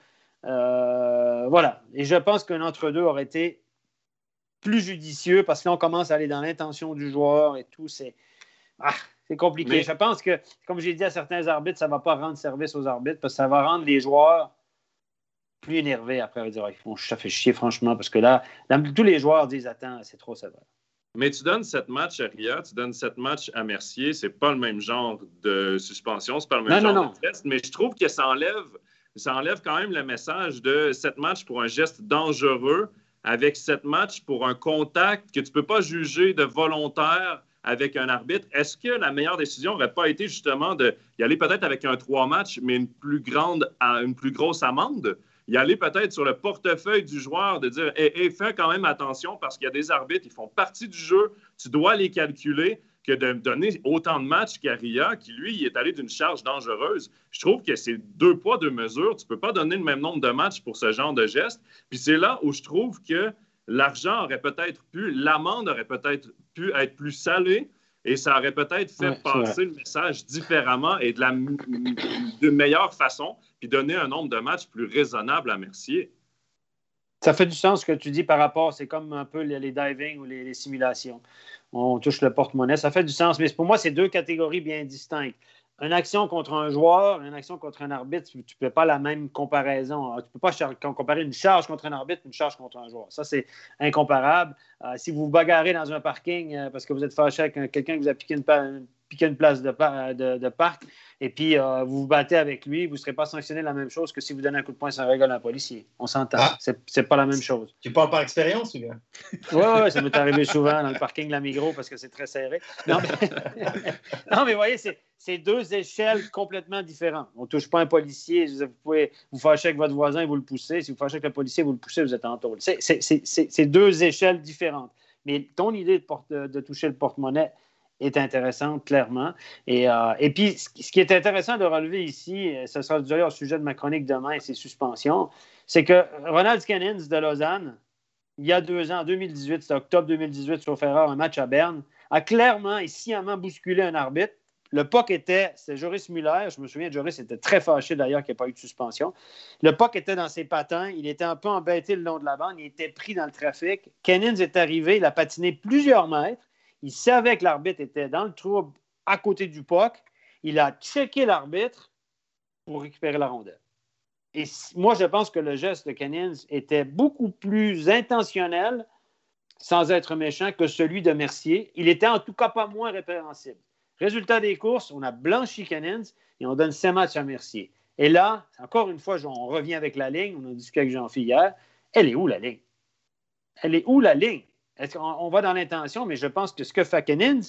voilà. Et je pense qu'un entre-deux aurait été plus judicieux parce que là, on commence à aller dans l'intention du joueur et tout. C'est compliqué. Mais je pense que, comme j'ai dit à certains arbitres, ça ne va pas rendre service aux arbitres parce que ça va rendre les joueurs plus énervés après. Ils vont dire ça fait chier, franchement, parce que là, tous les joueurs disent attends, c'est trop sévère. Mais tu donnes 7 matchs à Ria, tu donnes 7 matchs à Mercier. C'est pas le même genre de suspension, c'est pas le même genre de test, mais je trouve que ça enlève quand même le message de 7 matchs pour un geste dangereux avec 7 matchs pour un contact que tu ne peux pas juger de volontaire avec un arbitre. Est-ce que la meilleure décision n'aurait pas été justement d'y aller peut-être avec un 3 matchs, mais une plus grosse amende? Y aller peut-être sur le portefeuille du joueur, de dire fais quand même attention parce qu'il y a des arbitres, ils font partie du jeu, tu dois les calculer, que de donner autant de matchs qu'à Ria, qui, lui, il est allé d'une charge dangereuse. Je trouve que c'est 2 poids, 2 mesures. Tu ne peux pas donner le même nombre de matchs pour ce genre de geste. Puis c'est là où je trouve que l'amende aurait peut-être pu être plus salée et ça aurait peut-être fait passer le message différemment et de meilleure façon, puis donner un nombre de matchs plus raisonnable à Mercier. Ça fait du sens ce que tu dis par rapport, c'est comme un peu les diving ou les simulations. On touche le porte-monnaie, ça fait du sens, mais pour moi, c'est deux catégories bien distinctes. Une action contre un joueur, une action contre un arbitre, tu ne fais pas la même comparaison. Tu ne peux pas comparer une charge contre un arbitre et une charge contre un joueur. Ça, c'est incomparable. Si vous vous bagarrez dans un parking parce que vous êtes fâché avec quelqu'un qui vous a piqué une place de parc et puis vous vous battez avec lui, vous ne serez pas sanctionné la même chose que si vous donnez un coup de poing sur un règle à un policier. On s'entend. C'est pas la même chose. Tu parles par expérience ou bien? Oui, ça m'est arrivé souvent dans le parking de la Migros parce que c'est très serré. Non, mais voyez, c'est deux échelles complètement différentes. On ne touche pas un policier. Vous pouvez vous fâcher avec votre voisin et vous le poussez. Si vous fâchez avec le policier, vous le poussez, vous êtes en tôle. C'est deux échelles différentes. Mais ton idée de toucher le porte-monnaie est intéressante, clairement. Et puis, ce qui est intéressant de relever ici, ce sera d'ailleurs au sujet de ma chronique demain et ses suspensions, c'est que Ronald Cannins de Lausanne, il y a 2 ans, en 2018, c'était octobre 2018, sauf erreur, un match à Berne, a clairement et sciemment bousculé un arbitre. Le puck c'est Joris Muller. Je me souviens, Joris était très fâché d'ailleurs qu'il n'y ait pas eu de suspension. Le puck était dans ses patins. Il était un peu embêté le long de la bande. Il était pris dans le trafic. Cannins est arrivé. Il a patiné plusieurs mètres. Il savait que l'arbitre était dans le trou à côté du puck. Il a checké l'arbitre pour récupérer la rondelle. Et moi, je pense que le geste de Cannins était beaucoup plus intentionnel, sans être méchant, que celui de Mercier. Il était en tout cas pas moins répréhensible. Résultat des courses, on a blanchi Cannins et on donne 5 matchs à Mercier. Et là, encore une fois, on revient avec la ligne. On a discuté avec Jean-Philippe hier. Elle est où la ligne? Elle est où la ligne? On va dans l'intention, mais je pense que ce que fait Cannins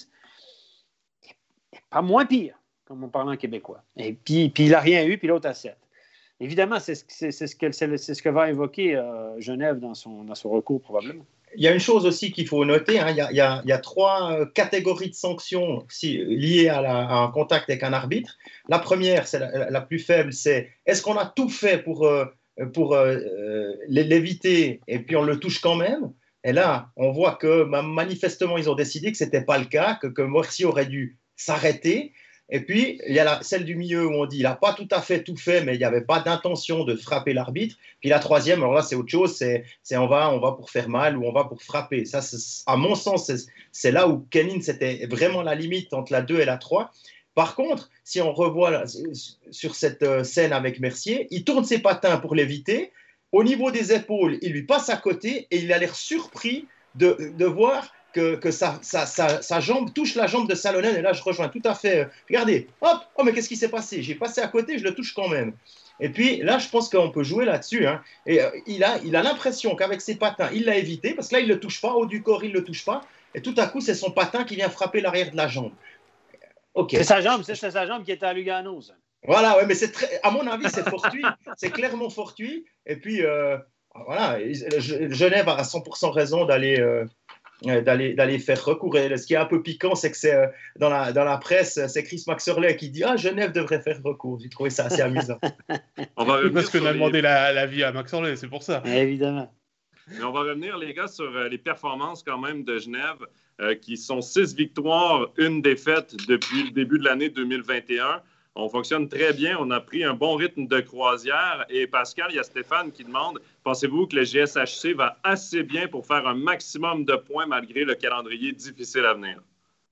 n'est pas moins pire, comme on parle en québécois. Et puis il n'a rien eu, puis l'autre a 7. Évidemment, c'est ce que va évoquer Genève dans son recours, probablement. Il y a une chose aussi qu'il faut noter, hein, il y a 3 catégories de sanctions liées à un contact avec un arbitre. La première, c'est la plus faible, c'est est-ce qu'on a tout fait pour l'éviter et puis on le touche quand même? Et là, on voit que manifestement, ils ont décidé que ce n'était pas le cas, que Mercier aurait dû s'arrêter. Et puis, il y a celle du milieu où on dit qu'il n'a pas tout à fait tout fait, mais il n'y avait pas d'intention de frapper l'arbitre. Puis la troisième, alors là, c'est autre chose, c'est on va pour faire mal ou on va pour frapper. Ça, à mon sens, c'est là où Cannins, c'était vraiment la limite entre la 2 et la 3. Par contre, si on revoit sur cette scène avec Mercier, il tourne ses patins pour l'éviter. Au niveau des épaules, il lui passe à côté et il a l'air surpris de voir que sa jambe touche la jambe de Salonen. Et là, je rejoins tout à fait. Regardez, hop, oh, mais qu'est-ce qui s'est passé? J'ai passé à côté, je le touche quand même. Et puis là, je pense qu'on peut jouer là-dessus. Hein. Et il a l'impression qu'avec ses patins, il l'a évité, parce que là, il ne le touche pas, haut du corps, il ne le touche pas. Et tout à coup, c'est son patin qui vient frapper l'arrière de la jambe. Okay. C'est sa jambe qui était à Lugano, ça. Voilà, ouais, mais à mon avis, c'est fortuit. C'est clairement fortuit. Et puis, voilà, Genève a 100% raison d'aller faire recours. Et ce qui est un peu piquant, c'est que c'est dans la presse, c'est Chris Maxerley qui dit « Ah, Genève devrait faire recours ». J'ai trouvé ça assez amusant. Parce qu'on a demandé l'avis à Maxerley, c'est pour ça. Évidemment. Mais on va revenir, les gars, sur les performances quand même de Genève, qui sont 6 victoires, 1 défaite depuis le début de l'année 2021. On fonctionne très bien. On a pris un bon rythme de croisière. Et Pascal, il y a Stéphane qui demande, pensez-vous que le GSHC va assez bien pour faire un maximum de points malgré le calendrier difficile à venir?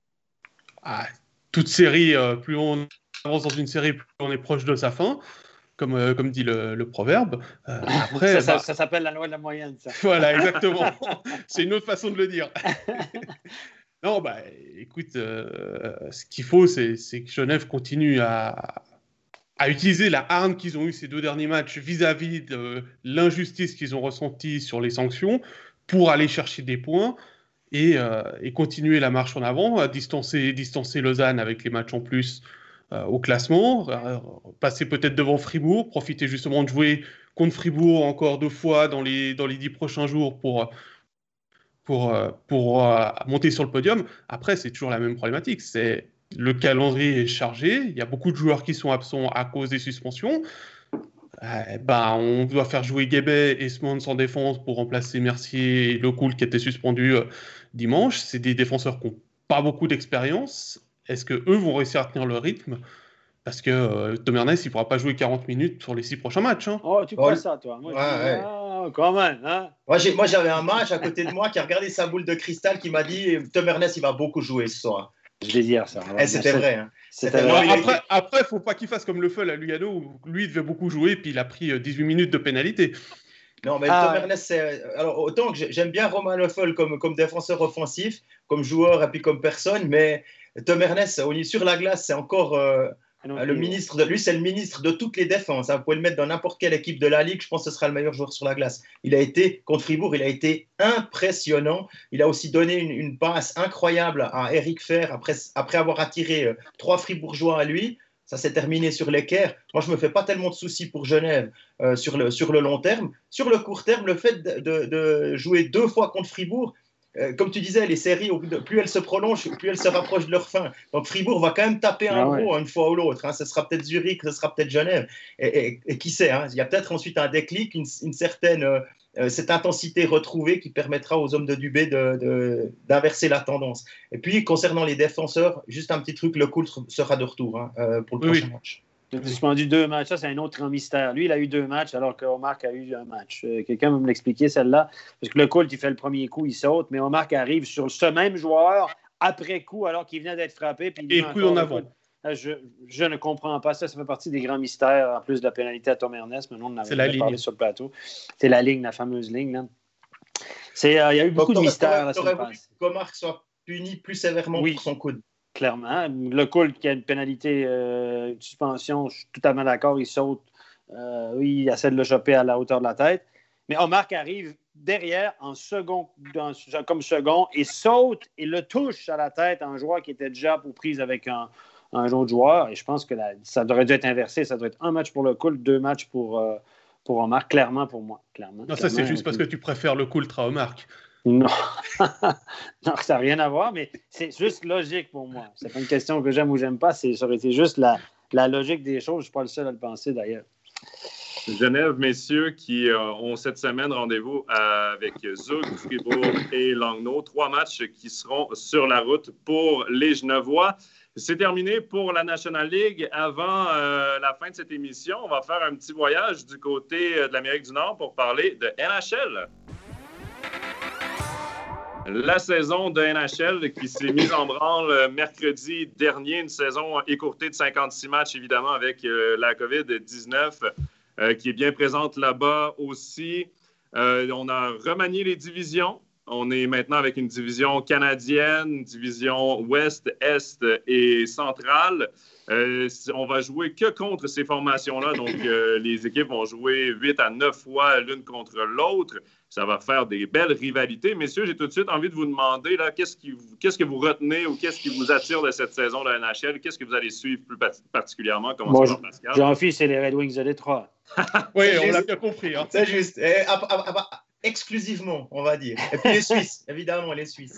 Toute série, plus on avance dans une série, plus on est proche de sa fin, comme dit le proverbe. Après, ça s'appelle la loi de la moyenne, ça. Voilà, exactement. C'est une autre façon de le dire. Non, écoute, ce qu'il faut, c'est que Genève continue à utiliser la hargne qu'ils ont eue ces 2 derniers matchs vis-à-vis de l'injustice qu'ils ont ressentie sur les sanctions pour aller chercher des points et continuer la marche en avant, à distancer Lausanne avec les matchs en plus au classement, passer peut-être devant Fribourg, profiter justement de jouer contre Fribourg encore 2 fois dans les 10 prochains jours pour monter sur le podium. Après, c'est toujours la même problématique. C'est le calendrier est chargé. Il y a beaucoup de joueurs qui sont absents à cause des suspensions. On doit faire jouer Guébet et Smons en défense pour remplacer Mercier et Lecoul qui était suspendu dimanche. C'est des défenseurs qui n'ont pas beaucoup d'expérience. Est-ce qu'eux vont réussir à tenir le rythme? Parce que Tom Ernest, il ne pourra pas jouer 40 minutes sur les 6 prochains matchs. Hein. Oh, tu crois ça, toi? Moi, je dis, quand même. Hein? Moi, j'avais un match à côté de moi qui a regardé sa boule de cristal qui m'a dit Tom Ernest, il va beaucoup jouer ce soir. Je l'ai dit hier, ça. C'était vrai. Hein. Après, il ne faut pas qu'il fasse comme le Feul à Lugano, où lui, il devait beaucoup jouer, puis il a pris 18 minutes de pénalité. Non, mais Tom Ernest, c'est... Alors, autant que j'aime bien Romain Le Feul comme défenseur offensif, comme joueur et puis comme personne, mais Tom Ernest, sur la glace, c'est encore... le ministre de lui, c'est le ministre de toutes les défenses. Vous pouvez le mettre dans n'importe quelle équipe de la Ligue. Je pense que ce sera le meilleur joueur sur la glace. Il a été, contre Fribourg, il a été impressionnant. Il a aussi donné une passe incroyable à Eric Fer après avoir attiré 3 Fribourgeois à lui. Ça s'est terminé sur l'équerre. Moi, je ne me fais pas tellement de soucis pour Genève sur le long terme. Sur le court terme, le fait de jouer 2 fois contre Fribourg, comme tu disais, les séries, plus elles se prolongent, plus elles se rapprochent de leur fin. Donc Fribourg va quand même taper un gros une fois ou l'autre. Hein. Ce sera peut-être Zurich, ce sera peut-être Genève. Et qui sait, hein, il y a peut-être ensuite un déclic, une certaine cette intensité retrouvée qui permettra aux hommes de Dubé d'inverser la tendance. Et puis, concernant les défenseurs, juste un petit truc, Lecoul sera de retour pour le prochain match. Il a suspendu 2 matchs. Ça, c'est un autre grand mystère. Lui, il a eu 2 matchs alors qu'Omar a eu un match. Quelqu'un va me l'expliquer, celle-là. Parce que Lecoul, il fait le premier coup, il saute, mais Omar arrive sur ce même joueur après coup alors qu'il venait d'être frappé. Puis et coup en avant. Je ne comprends pas ça. Ça fait partie des grands mystères, en plus de la pénalité à Tom Ernest. Maintenant, on en avait parlé sur le plateau. C'est la ligne, la fameuse ligne. Là. Il y a eu beaucoup de mystères. Tu aurais voulu qu'Omar soit puni plus sévèrement pour son coude. Clairement. Lecoul qui a une pénalité de suspension, je suis tout à fait d'accord, il saute. Il essaie de le choper à la hauteur de la tête. Mais Omar arrive derrière comme second et saute et le touche à la tête à un joueur qui était déjà aux prises avec un autre joueur. Et je pense que ça aurait dû être inversé. Ça doit être 1 match pour Lecoul, 2 matchs pour Omar, clairement pour moi. Clairement, non, ça c'est juste parce que tu préfères Lecoul à Omar. Non. Non, ça n'a rien à voir, mais c'est juste logique pour moi. C'est pas une question que j'aime ou j'aime pas, ça aurait été juste la logique des choses. Je ne suis pas le seul à le penser d'ailleurs. Genève, messieurs, qui ont cette semaine rendez-vous avec Zug, Fribourg et Langnau. 3 matchs qui seront sur la route pour les Genevois. C'est terminé pour la National League. Avant la fin de cette émission, on va faire un petit voyage du côté de l'Amérique du Nord pour parler de NHL. La saison de NHL qui s'est mise en branle mercredi dernier, une saison écourtée de 56 matchs, évidemment, avec la COVID-19 qui est bien présente là-bas aussi. On a remanié les divisions. On est maintenant avec une division canadienne, une division ouest, est et centrale. On va jouer que contre ces formations-là. Donc, les équipes vont jouer 8 à 9 fois l'une contre l'autre. Ça va faire des belles rivalités. Messieurs, j'ai tout de suite envie de vous demander là, qu'est-ce que vous retenez ou qu'est-ce qui vous attire de cette saison de la NHL? Qu'est-ce que vous allez suivre plus particulièrement? Commençons par Pascal. Jean-Philippe, c'est les Red Wings de Détroit. Oui, on l'a bien compris. Hein. C'est juste. Exclusivement, on va dire. Et puis les Suisses, évidemment, les Suisses.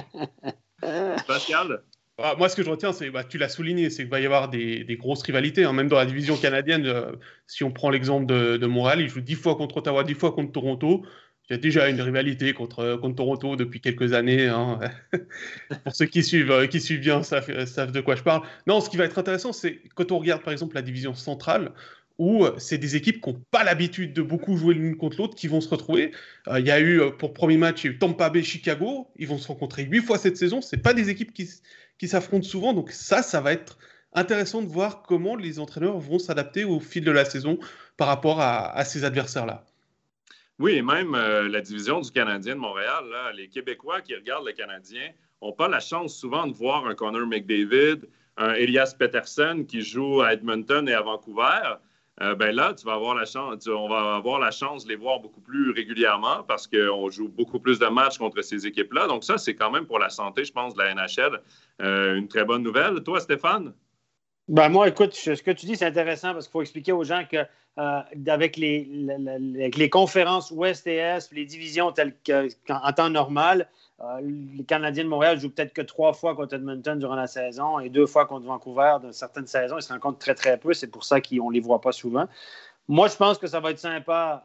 Pascal? Moi, ce que je retiens, c'est, tu l'as souligné, c'est qu'il va y avoir des grosses rivalités. Hein. Même dans la division canadienne, si on prend l'exemple de Montréal, ils jouent 10 fois contre Ottawa, 10 fois contre Toronto. Il y a déjà une rivalité contre Toronto depuis quelques années. Hein. Pour ceux qui suivent bien, savent de quoi je parle. Non, ce qui va être intéressant, c'est quand on regarde par exemple la division centrale, où c'est des équipes qui n'ont pas l'habitude de beaucoup jouer l'une contre l'autre qui vont se retrouver. Il y a eu, pour le premier match, il y a eu Tampa Bay, Chicago. Ils vont se rencontrer 8 fois cette saison. Ce n'est pas des équipes qui s'affrontent souvent. Donc ça va être intéressant de voir comment les entraîneurs vont s'adapter au fil de la saison par rapport à ces adversaires-là. Oui, et même la division du Canadien de Montréal, là, les Québécois qui regardent le Canadien n'ont pas la chance souvent de voir un Connor McDavid, un Elias Pettersson qui joue à Edmonton et à Vancouver. Là, on va avoir la chance de les voir beaucoup plus régulièrement parce qu'on joue beaucoup plus de matchs contre ces équipes-là. Donc ça, c'est quand même pour la santé, je pense, de la NHL, une très bonne nouvelle. Toi, Stéphane? Moi, écoute, ce que tu dis, c'est intéressant parce qu'il faut expliquer aux gens que avec les conférences Ouest et Est, les divisions telles qu'en temps normal, les Canadiens de Montréal jouent peut-être que 3 fois contre Edmonton durant la saison et 2 fois contre Vancouver dans certaines saisons. Ils se rencontrent très, très peu. C'est pour ça qu'on ne les voit pas souvent. Moi, je pense que ça va être sympa.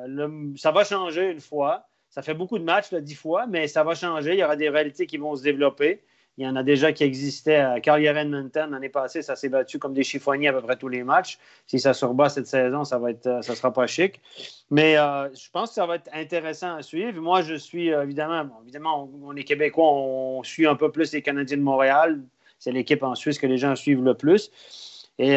Ça va changer une fois. Ça fait beaucoup de matchs, 10 fois, mais ça va changer. Il y aura des réalités qui vont se développer. Il y en a déjà qui existaient à Calgary-Edmonton l'année passée. Ça s'est battu comme des chiffonniers à peu près tous les matchs. Si ça se rebat cette saison, ça sera pas chic. Mais je pense que ça va être intéressant à suivre. Moi, je suis évidemment, on est Québécois, on suit un peu plus les Canadiens de Montréal. C'est l'équipe en Suisse que les gens suivent le plus. Et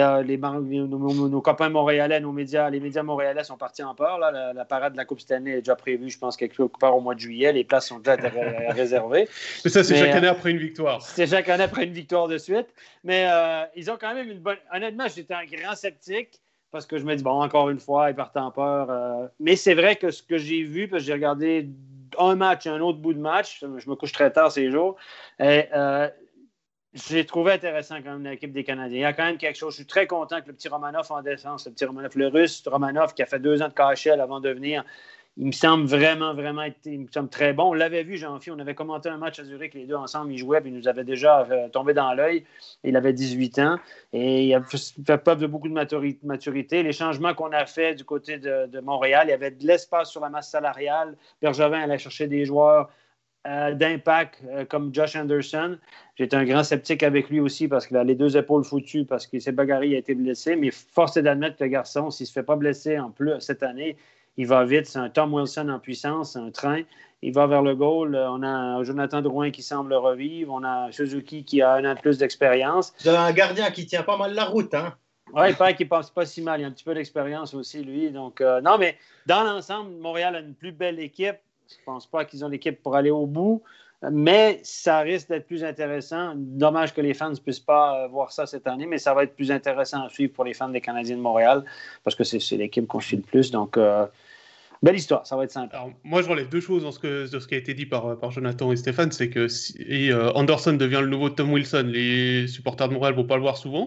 nos copains montréalais, les médias montréalais sont partis en peur. Là. La parade de la Coupe Stanley est déjà prévue, je pense, quelque part au mois de juillet. Les places sont déjà réservées. Mais ça, c'est chaque année après une victoire. C'est chaque année après une victoire de suite. Mais ils ont quand même une bonne... Honnêtement, j'étais un grand sceptique parce que je me dis, bon, encore une fois, ils partent en peur. Mais c'est vrai que ce que j'ai vu, parce que j'ai regardé un match, un autre bout de match, je me couche très tard ces jours, et j'ai trouvé intéressant quand même l'équipe des Canadiens. Il y a quand même quelque chose. Je suis très content que le petit Romanov en défense, le Russe Romanov qui a fait 2 ans de KHL avant de venir, il me semble vraiment il me semble très bon. On l'avait vu, Jean-Phi, on avait commenté un match à Zurich, les deux ensemble, ils jouaient, puis il nous avait déjà tombé dans l'œil. Il avait 18 ans et il a fait preuve de beaucoup de maturité. Les changements qu'on a fait du côté de Montréal, il y avait de l'espace sur la masse salariale. Bergevin allait chercher des joueurs d'impact comme Josh Anderson. J'étais un grand sceptique avec lui aussi parce qu'il a les 2 épaules foutues parce qu'il s'est bagarré, il a été blessé. Mais force est d'admettre que le garçon, s'il ne se fait pas blesser en plus cette année, il va vite. C'est un Tom Wilson en puissance, c'est un train. Il va vers le goal. On a Jonathan Drouin qui semble revivre. On a Suzuki qui a 1 an de plus d'expérience. Vous avez un gardien qui tient pas mal la route, hein? Oui, il paraît qu'il passe pas si mal. Il a un petit peu d'expérience aussi, lui. Donc, non, mais dans l'ensemble, Montréal a une plus belle équipe. Je ne pense pas qu'ils ont l'équipe pour aller au bout, mais ça risque d'être plus intéressant. Dommage que les fans ne puissent pas voir ça cette année, mais ça va être plus intéressant à suivre pour les fans des Canadiens de Montréal parce que c'est l'équipe qu'on suit le plus. Donc, belle histoire, ça va être sympa. Alors, moi, je relève 2 choses dans ce qui a été dit par Jonathan et Stéphane. C'est que si Anderson devient le nouveau Tom Wilson, les supporters de Montréal ne vont pas le voir souvent.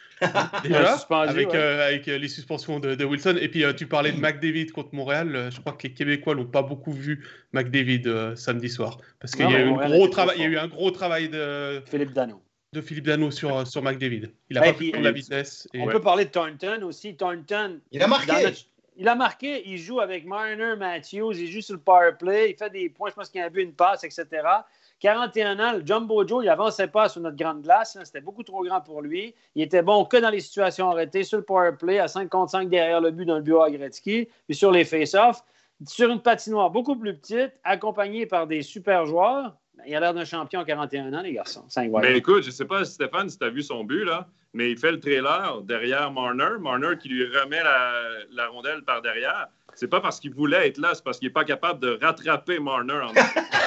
Déjà, avec les suspensions de Wilson. Et puis, tu parlais de McDavid contre Montréal. Je crois que les Québécois n'ont pas beaucoup vu McDavid samedi soir. Parce qu'il y a eu un gros travail de Philippe Danault sur McDavid. Il a pas pu prendre la vitesse. On peut parler de Thornton aussi. Thornton, il a marqué. Il a marqué. Il joue avec Marner, Matthews. Il joue sur le power play. Il fait des points. Je pense qu'il a vu une passe, etc. 41 ans, le Jumbo Joe, il n'avançait pas sur notre grande glace. Hein, c'était beaucoup trop grand pour lui. Il était bon que dans les situations arrêtées, sur le power play, à 5 contre 5 derrière le but dans le bureau à Gretzky, puis sur les face-offs, sur une patinoire beaucoup plus petite, accompagné par des super joueurs. Il a l'air d'un champion à 41 ans, les garçons. Mais écoute, je ne sais pas, Stéphane, si tu as vu son but, là, mais il fait le trailer derrière Marner. Marner qui lui remet la rondelle par derrière. C'est pas parce qu'il voulait être là, c'est parce qu'il n'est pas capable de rattraper Marner en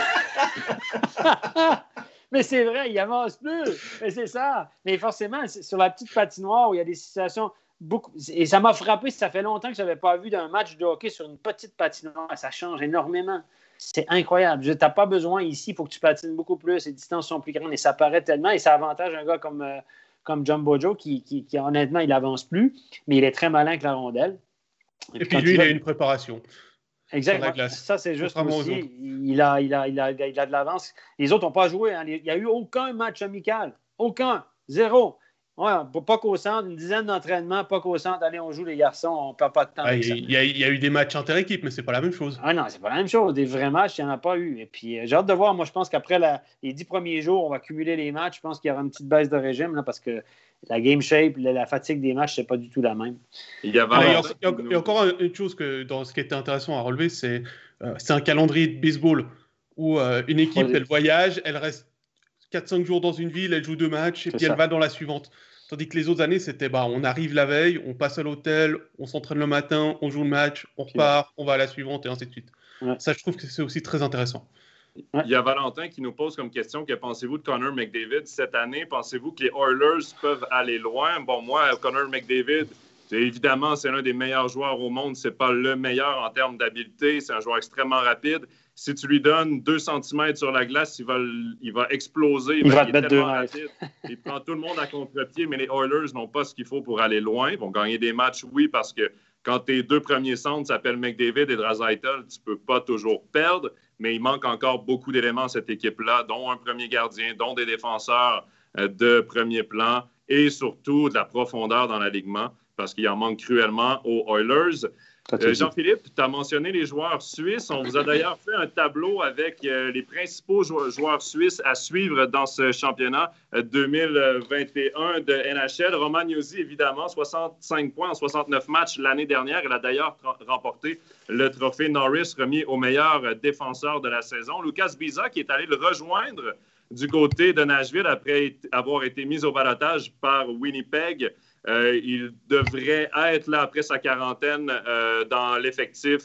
Mais c'est vrai, il avance plus. Mais c'est ça. Mais forcément, sur la petite patinoire où il y a des situations beaucoup. Et ça m'a frappé, ça fait longtemps que je n'avais pas vu d'un match de hockey sur une petite patinoire. Ça change énormément. C'est incroyable. Tu n'as pas besoin ici, il faut que tu patines beaucoup plus. Les distances sont plus grandes et ça paraît tellement. Et ça avantage un gars comme Jumbo Joe qui, honnêtement, il n'avance plus, mais il est très malin avec la rondelle. Et puis lui, il a une préparation. Exactement. Ça, c'est juste aussi. Il a de l'avance. Les autres n'ont pas joué. Hein. Il n'y a eu aucun match amical. Aucun. 0. Ouais, pas qu'au centre. Une dizaine d'entraînements, pas qu'au centre. Allez, on joue les garçons. On ne perd pas de temps. Il y a eu des matchs inter-équipe, mais ce n'est pas la même chose. Ah non, c'est pas la même chose. Des vrais matchs, il n'y en a pas eu. Et puis, j'ai hâte de voir. Moi, je pense qu'après les 10 premiers jours, on va cumuler les matchs. Je pense qu'il y aura une petite baisse de régime là, parce que la game shape, la fatigue des matchs, c'est pas du tout la même. Il y a encore une chose dans ce qui était intéressant à relever, c'est un calendrier de baseball où une équipe, elle voyage, elle reste 4-5 jours dans une ville, elle joue 2 matchs et puis elle va dans la suivante. Tandis que les autres années, c'était on arrive la veille, on passe à l'hôtel, on s'entraîne le matin, on joue le match, on repart, on va à la suivante et ainsi de suite. Ouais. Ça, je trouve que c'est aussi très intéressant. Il y a Valentin qui nous pose comme question, que pensez-vous de Connor McDavid cette année? Pensez-vous que les Oilers peuvent aller loin? Bon, moi, Connor McDavid, évidemment, c'est l'un des meilleurs joueurs au monde. C'est pas le meilleur en termes d'habileté. C'est un joueur extrêmement rapide. Si tu lui donnes 2 cm sur la glace, il va exploser. Il va te mettre 2 mètres. Il prend tout le monde à contre-pied, mais les Oilers n'ont pas ce qu'il faut pour aller loin. Ils vont gagner des matchs, oui, parce que quand tes 2 premiers centres s'appellent McDavid et Draisaitl, tu ne peux pas toujours perdre, mais il manque encore beaucoup d'éléments à cette équipe-là, dont un premier gardien, dont des défenseurs de premier plan et surtout de la profondeur dans l'alignement. parce qu'il en manque cruellement aux Oilers. Jean-Philippe, tu as mentionné les joueurs suisses. On vous a d'ailleurs fait un tableau avec les principaux joueurs suisses à suivre dans ce championnat 2021 de NHL. Roman Josi, évidemment, 65 points en 69 matchs l'année dernière. Il a d'ailleurs remporté le trophée Norris remis au meilleur défenseur de la saison. Lucas Biza, qui est allé le rejoindre du côté de Nashville après avoir été mis au ballottage par Winnipeg. Il devrait être là après sa quarantaine dans l'effectif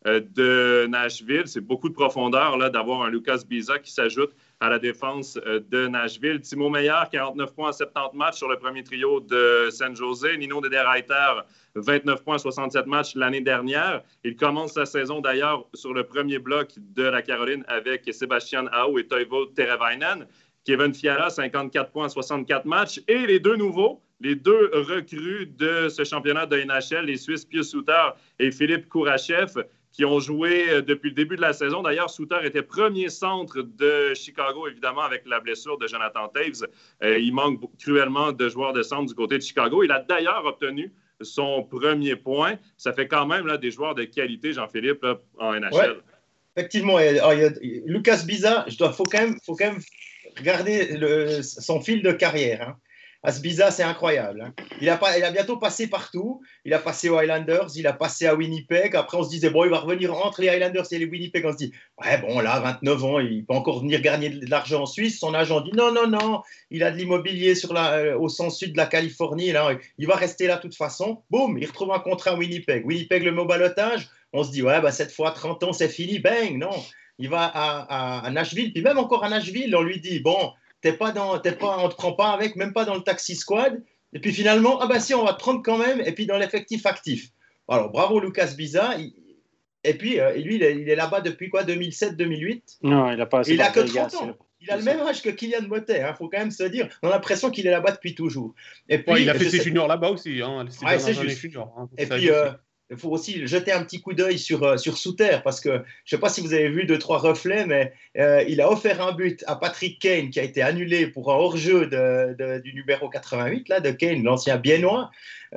de Nashville. C'est beaucoup de profondeur là, d'avoir un Lucas Biza qui s'ajoute à la défense de Nashville. Timo Meier, 49 points en 70 matchs sur le premier trio de San Jose. Nino Niederreiter, 29 points en 67 matchs l'année dernière. Il commence sa saison d'ailleurs sur le premier bloc de la Caroline avec Sebastian Aho et Toivo Teravainen. Kevin Fiala, 54 points en 64 matchs. Et les deux nouveaux, les deux recrues de ce championnat de NHL, les Suisses Pius Suter et Philippe Kourachev, qui ont joué depuis le début de la saison. D'ailleurs, Suter était premier centre de Chicago, évidemment, avec la blessure de Jonathan Toews. Il manque cruellement de joueurs de centre du côté de Chicago. Il a d'ailleurs obtenu son premier point. Ça fait quand même là, des joueurs de qualité, Jean-Philippe, là, en NHL. Ouais, effectivement. Lucas Biza, faut quand même regarder son fil de carrière. Hein. Asbiza, c'est incroyable. Hein. Il a bientôt passé partout. Il a passé aux Highlanders, il a passé à Winnipeg. Après, on se disait, bon, il va revenir entre les Highlanders et les Winnipeg. On se dit, ouais, bon, là, 29 ans, il peut encore venir gagner de l'argent en Suisse. Son agent dit, non, il a de l'immobilier au sens sud de la Californie. Là. Il va rester là de toute façon. Boum, il retrouve un contrat à Winnipeg. Winnipeg le met au balotage. On se dit, ouais, bah, cette fois, 30 ans, c'est fini. Bang, non. Il va à Nashville. Puis même encore à Nashville, on lui dit, bon, on ne te prend pas avec, même pas dans le taxi squad. Et puis finalement, ah ben si, on va te prendre quand même, et puis dans l'effectif actif. Alors, bravo Lucas Biza. Et puis, lui, il est là-bas depuis quoi, 2007-2008 ? Non, il a pas assez. Il a que 30 ans. Il a le même âge que Kylian Motet, hein, faut quand même se dire. On a l'impression qu'il est là-bas depuis toujours. Et puis, il a fait ses juniors là-bas aussi. Hein, c'est juste. Juniors, hein, et puis, il faut aussi jeter un petit coup d'œil sur Suter, parce que je ne sais pas si vous avez vu 2-3 reflets, mais il a offert un but à Patrick Kane qui a été annulé pour un hors-jeu du numéro 88, là, de Kane, l'ancien Biennois.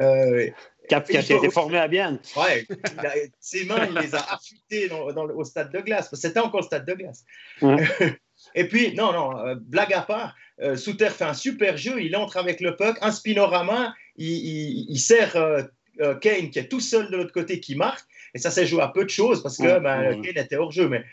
Qui a été formé à Bienne. Ouais, ses mains, il les a affûtées au stade de glace. C'était encore le stade de glace. Ouais. Et puis, blague à part, Suter fait un super jeu, il entre avec le puck, un spinorama, il sert Kane qui est tout seul de l'autre côté qui marque, et ça s'est joué à peu de choses parce que Kane était hors jeu. Mais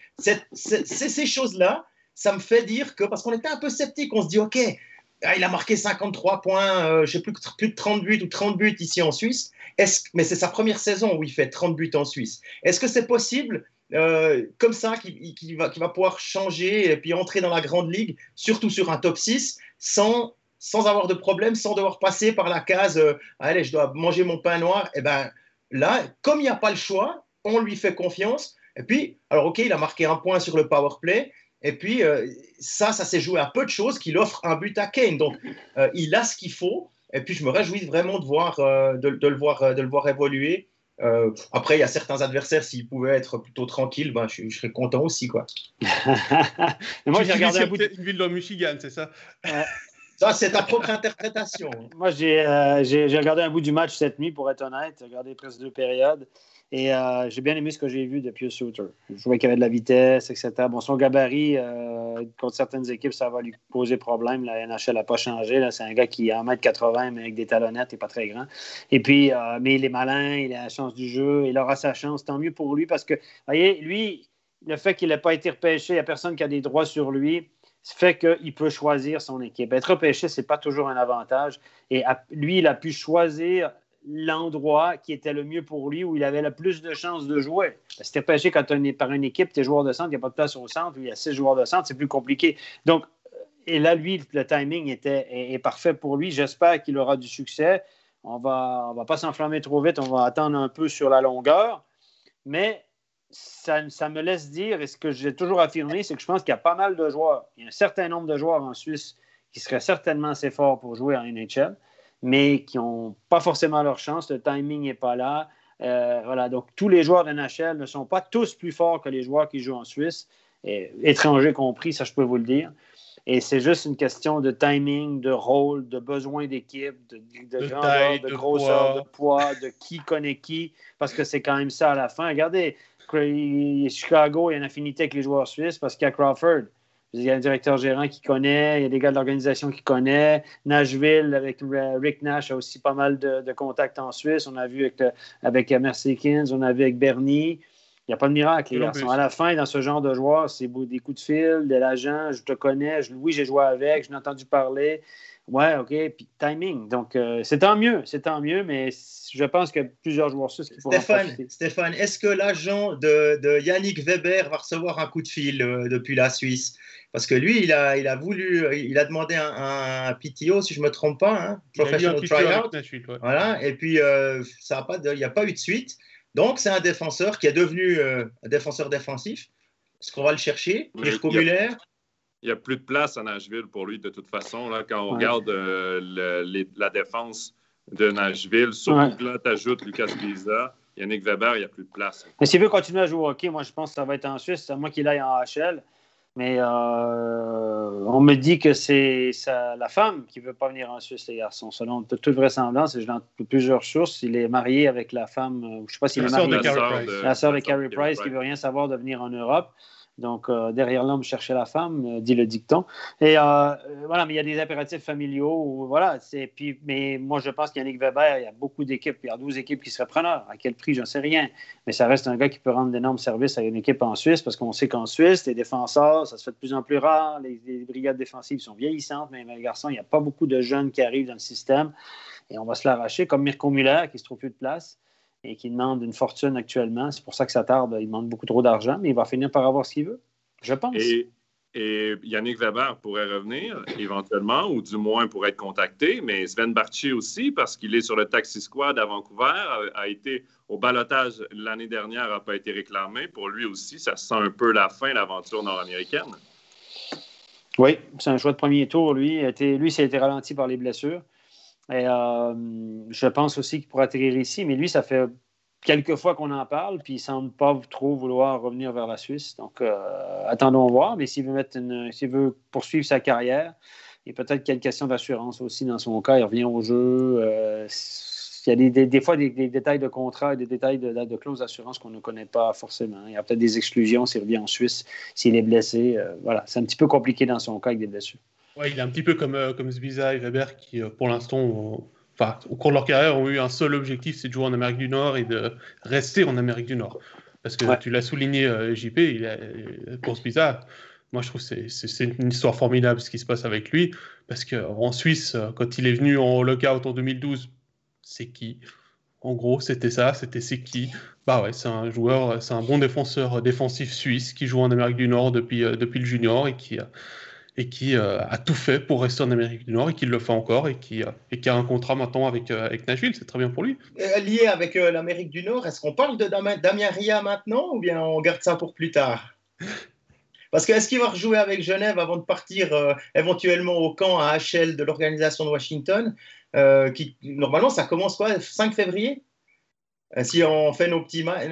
ces choses-là, ça me fait dire que, parce qu'on était un peu sceptique, on se dit, ok, il a marqué 53 points, je ne sais plus de 30 buts ou 30 buts ici en Suisse, mais c'est sa première saison où il fait 30 buts en Suisse. Est-ce que c'est possible comme ça qu'il va pouvoir changer et puis entrer dans la grande ligue, surtout sur un top 6, sans avoir de problème, sans devoir passer par la case allez, je dois manger mon pain noir? Et bien là, comme il n'y a pas le choix, on lui fait confiance. Et puis, alors ok, il a marqué un point sur le power play. Et puis, ça s'est joué à peu de choses qu'il offre un but à Kane. Donc, il a ce qu'il faut. Et puis, je me réjouis vraiment de le voir évoluer. Après, il y a certains adversaires, s'ils pouvaient être plutôt tranquilles, ben, je serais content aussi, quoi. Moi, j'ai regardé un bout une ville dans Michigan, c'est ça? Ça, c'est ta propre interprétation. Moi, j'ai regardé un bout du match cette nuit, pour être honnête. J'ai regardé presque 2 périodes. Et j'ai bien aimé ce que j'ai vu de Pius Suter. Je trouvais qu'il y avait de la vitesse, etc. Bon, son gabarit, contre certaines équipes, ça va lui poser problème. La NHL n'a pas changé. Là. C'est un gars qui est 1m80, mais avec des talonnettes, il n'est pas très grand. Et puis, mais il est malin, il a la chance du jeu, il aura sa chance. Tant mieux pour lui parce que, vous voyez, lui, le fait qu'il n'ait pas été repêché, il n'y a personne qui a des droits sur lui. Fait qu'il peut choisir son équipe. Être repêché, ce n'est pas toujours un avantage. Et lui, il a pu choisir l'endroit qui était le mieux pour lui, où il avait le plus de chances de jouer. Si tu es repêché quand tu es par une équipe, tu es joueur de centre, il n'y a pas de place au centre, il y a 6 joueurs de centre, c'est plus compliqué. Donc, et là, lui, le timing est parfait pour lui. J'espère qu'il aura du succès. On va pas s'enflammer trop vite, on va attendre un peu sur la longueur. Mais ça me laisse dire, et ce que j'ai toujours affirmé, c'est que je pense qu'il y a pas mal de joueurs. Il y a un certain nombre de joueurs en Suisse qui seraient certainement assez forts pour jouer en NHL, mais qui n'ont pas forcément leur chance. Le timing n'est pas là. Voilà. Donc, tous les joueurs de NHL ne sont pas tous plus forts que les joueurs qui jouent en Suisse, étrangers compris, ça je peux vous le dire. Et c'est juste une question de timing, de rôle, de besoin d'équipe, de grandeur, taille, de grosseur, de poids, de qui connaît qui, parce que c'est quand même ça à la fin. Regardez, Chicago, il y a une affinité avec les joueurs suisses parce qu'il y a Crawford. Il y a un directeur gérant qui connaît, il y a des gars de l'organisation qui connaissent. Nashville, avec Rick Nash, a aussi pas mal de contacts en Suisse. On a vu avec Mercedes, on a vu avec Bernie. Il n'y a pas de miracle, les garçons. À la fin, dans ce genre de joueurs, c'est des coups de fil, de l'agent, je te connais, oui, j'ai joué avec, je l'ai entendu parler. Ouais, OK, puis timing. Donc, c'est tant mieux, mais je pense qu'il y a plusieurs joueurs suisses qui pourront profiter. Stéphane, est-ce que l'agent de Yannick Weber va recevoir un coup de fil depuis la Suisse? Parce que lui, il a demandé un PTO, si je ne me trompe pas, hein, Professional Tryout. Ouais. Voilà, et puis, il n'y a pas eu de suite. Donc, c'est un défenseur qui est devenu un défenseur défensif. Est-ce qu'on va le chercher? Mirko Müller? Il n'y a plus de place à Nashville pour lui, de toute façon. Là, quand on regarde la défense de Nashville, surtout que là, tu ajoutes Lucas Biza, Yannick Weber, il n'y a plus de place. Mais s'il veut continuer à jouer au hockey, moi, je pense que ça va être en Suisse. C'est à moi qu'il aille en HL. Mais on me dit que c'est la femme qui ne veut pas venir en Suisse, les garçons. Selon toute vraisemblance, et j'ai plusieurs sources, il est marié avec la femme, je ne sais pas s'il est marié. La sœur de Carey Price qui ne veut rien savoir de venir en Europe. Donc, derrière l'homme, chercher la femme, dit le dicton. Et voilà, mais il y a des impératifs familiaux. Voilà, mais moi, je pense qu'Yannick Weber, il y a beaucoup d'équipes. Il y a 12 équipes qui seraient preneurs. À quel prix, je ne sais rien. Mais ça reste un gars qui peut rendre d'énormes services à une équipe en Suisse parce qu'on sait qu'en Suisse, les défenseurs, ça se fait de plus en plus rare. Les brigades défensives sont vieillissantes, mais les garçons, il n'y a pas beaucoup de jeunes qui arrivent dans le système. Et on va se l'arracher, comme Mirko Müller, qui se trouve plus de place et qui demande une fortune actuellement. C'est pour ça que ça tarde. Il demande beaucoup trop d'argent, mais il va finir par avoir ce qu'il veut, je pense. Et Yannick Weber pourrait revenir éventuellement, ou du moins pourrait être contacté, mais Sven Barchi aussi, parce qu'il est sur le Taxi Squad à Vancouver, a été au ballottage l'année dernière, n'a pas été réclamé. Pour lui aussi, ça sent un peu la fin, l'aventure nord-américaine. Oui, c'est un choix de premier tour. Lui, ça a été ralenti par les blessures. Et je pense aussi qu'il pourrait atterrir ici, mais lui, ça fait quelques fois qu'on en parle, puis il ne semble pas trop vouloir revenir vers la Suisse. Donc, attendons voir, mais s'il veut poursuivre sa carrière, et peut-être qu'il y a une question d'assurance aussi dans son cas, il revient au jeu. Il y a des fois des détails de contrat et des détails de clauses d'assurance qu'on ne connaît pas forcément. Il y a peut-être des exclusions s'il revient en Suisse, s'il est blessé. Voilà, c'est un petit peu compliqué dans son cas avec des blessures. Ouais, il est un petit peu comme Zbiza et Weber qui, pour l'instant, au cours de leur carrière, ont eu un seul objectif, c'est de jouer en Amérique du Nord et de rester en Amérique du Nord. Parce que tu l'as souligné, JP, pour Zbiza, moi je trouve que c'est une histoire formidable ce qui se passe avec lui. Parce qu'en Suisse, quand il est venu en lockout en 2012, c'est qui? En gros, c'était c'est qui? Bah ouais, c'est un joueur, c'est un bon défenseur défensif suisse qui joue en Amérique du Nord depuis le junior et qui a tout fait pour rester en Amérique du Nord et qui le fait encore et qui a un contrat maintenant avec Nashville. C'est très bien pour lui. Lié avec l'Amérique du Nord, est-ce qu'on parle de Damien Ria maintenant ou bien on garde ça pour plus tard? Parce que est-ce qu'il va rejouer avec Genève avant de partir éventuellement au camp à HL de l'organisation de Washington qui, normalement, ça commence quoi, 5 février? Si on fait nos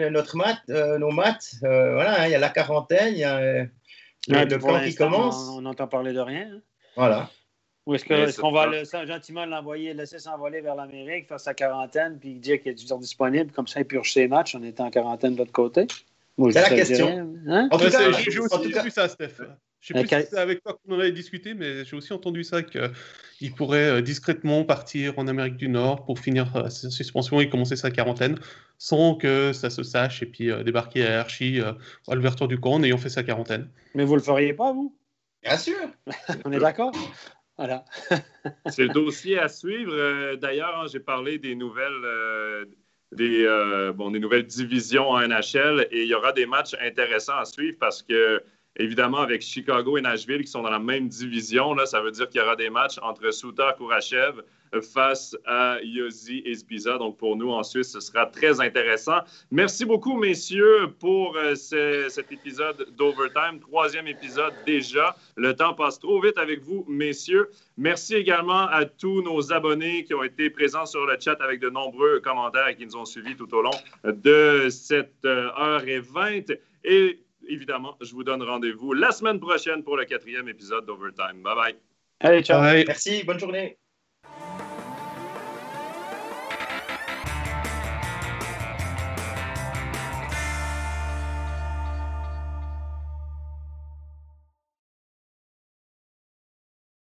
maths, voilà, il y a la quarantaine, il y a le camp qui commence. On n'entend parler de rien. Hein? Voilà. Ou est-ce qu'on va gentiment laisser s'envoler vers l'Amérique, faire sa quarantaine, puis dire qu'il y a du temps disponible, comme ça, il purge ses matchs, on est en quarantaine de l'autre côté? C'est la question. Hein? En tout cas, j'ai aussi vu ça, Steph. Je ne sais plus si c'est avec toi qu'on en avait discuté, mais j'ai aussi entendu ça qu'il pourrait discrètement partir en Amérique du Nord pour finir sa suspension et commencer sa quarantaine sans que ça se sache et puis débarquer à Hershey à l'ouverture du camp en ayant fait sa quarantaine. Mais vous ne le feriez pas, vous? Bien sûr. On est d'accord? Voilà. C'est le dossier à suivre. D'ailleurs, j'ai parlé des nouvelles... des nouvelles divisions en NHL et il y aura des matchs intéressants à suivre parce que, évidemment, avec Chicago et Nashville qui sont dans la même division, là, ça veut dire qu'il y aura des matchs entre Suter Kourachev face à Josi et Zbiza. Donc, pour nous, en Suisse, ce sera très intéressant. Merci beaucoup, messieurs, pour cet épisode d'Overtime. 3e épisode déjà. Le temps passe trop vite avec vous, messieurs. Merci également à tous nos abonnés qui ont été présents sur le chat avec de nombreux commentaires et qui nous ont suivis tout au long de cette 1h20. Et évidemment, je vous donne rendez-vous la semaine prochaine pour le 4e épisode d'Overtime. Bye bye. Allez, ciao. Bye. Merci, bonne journée.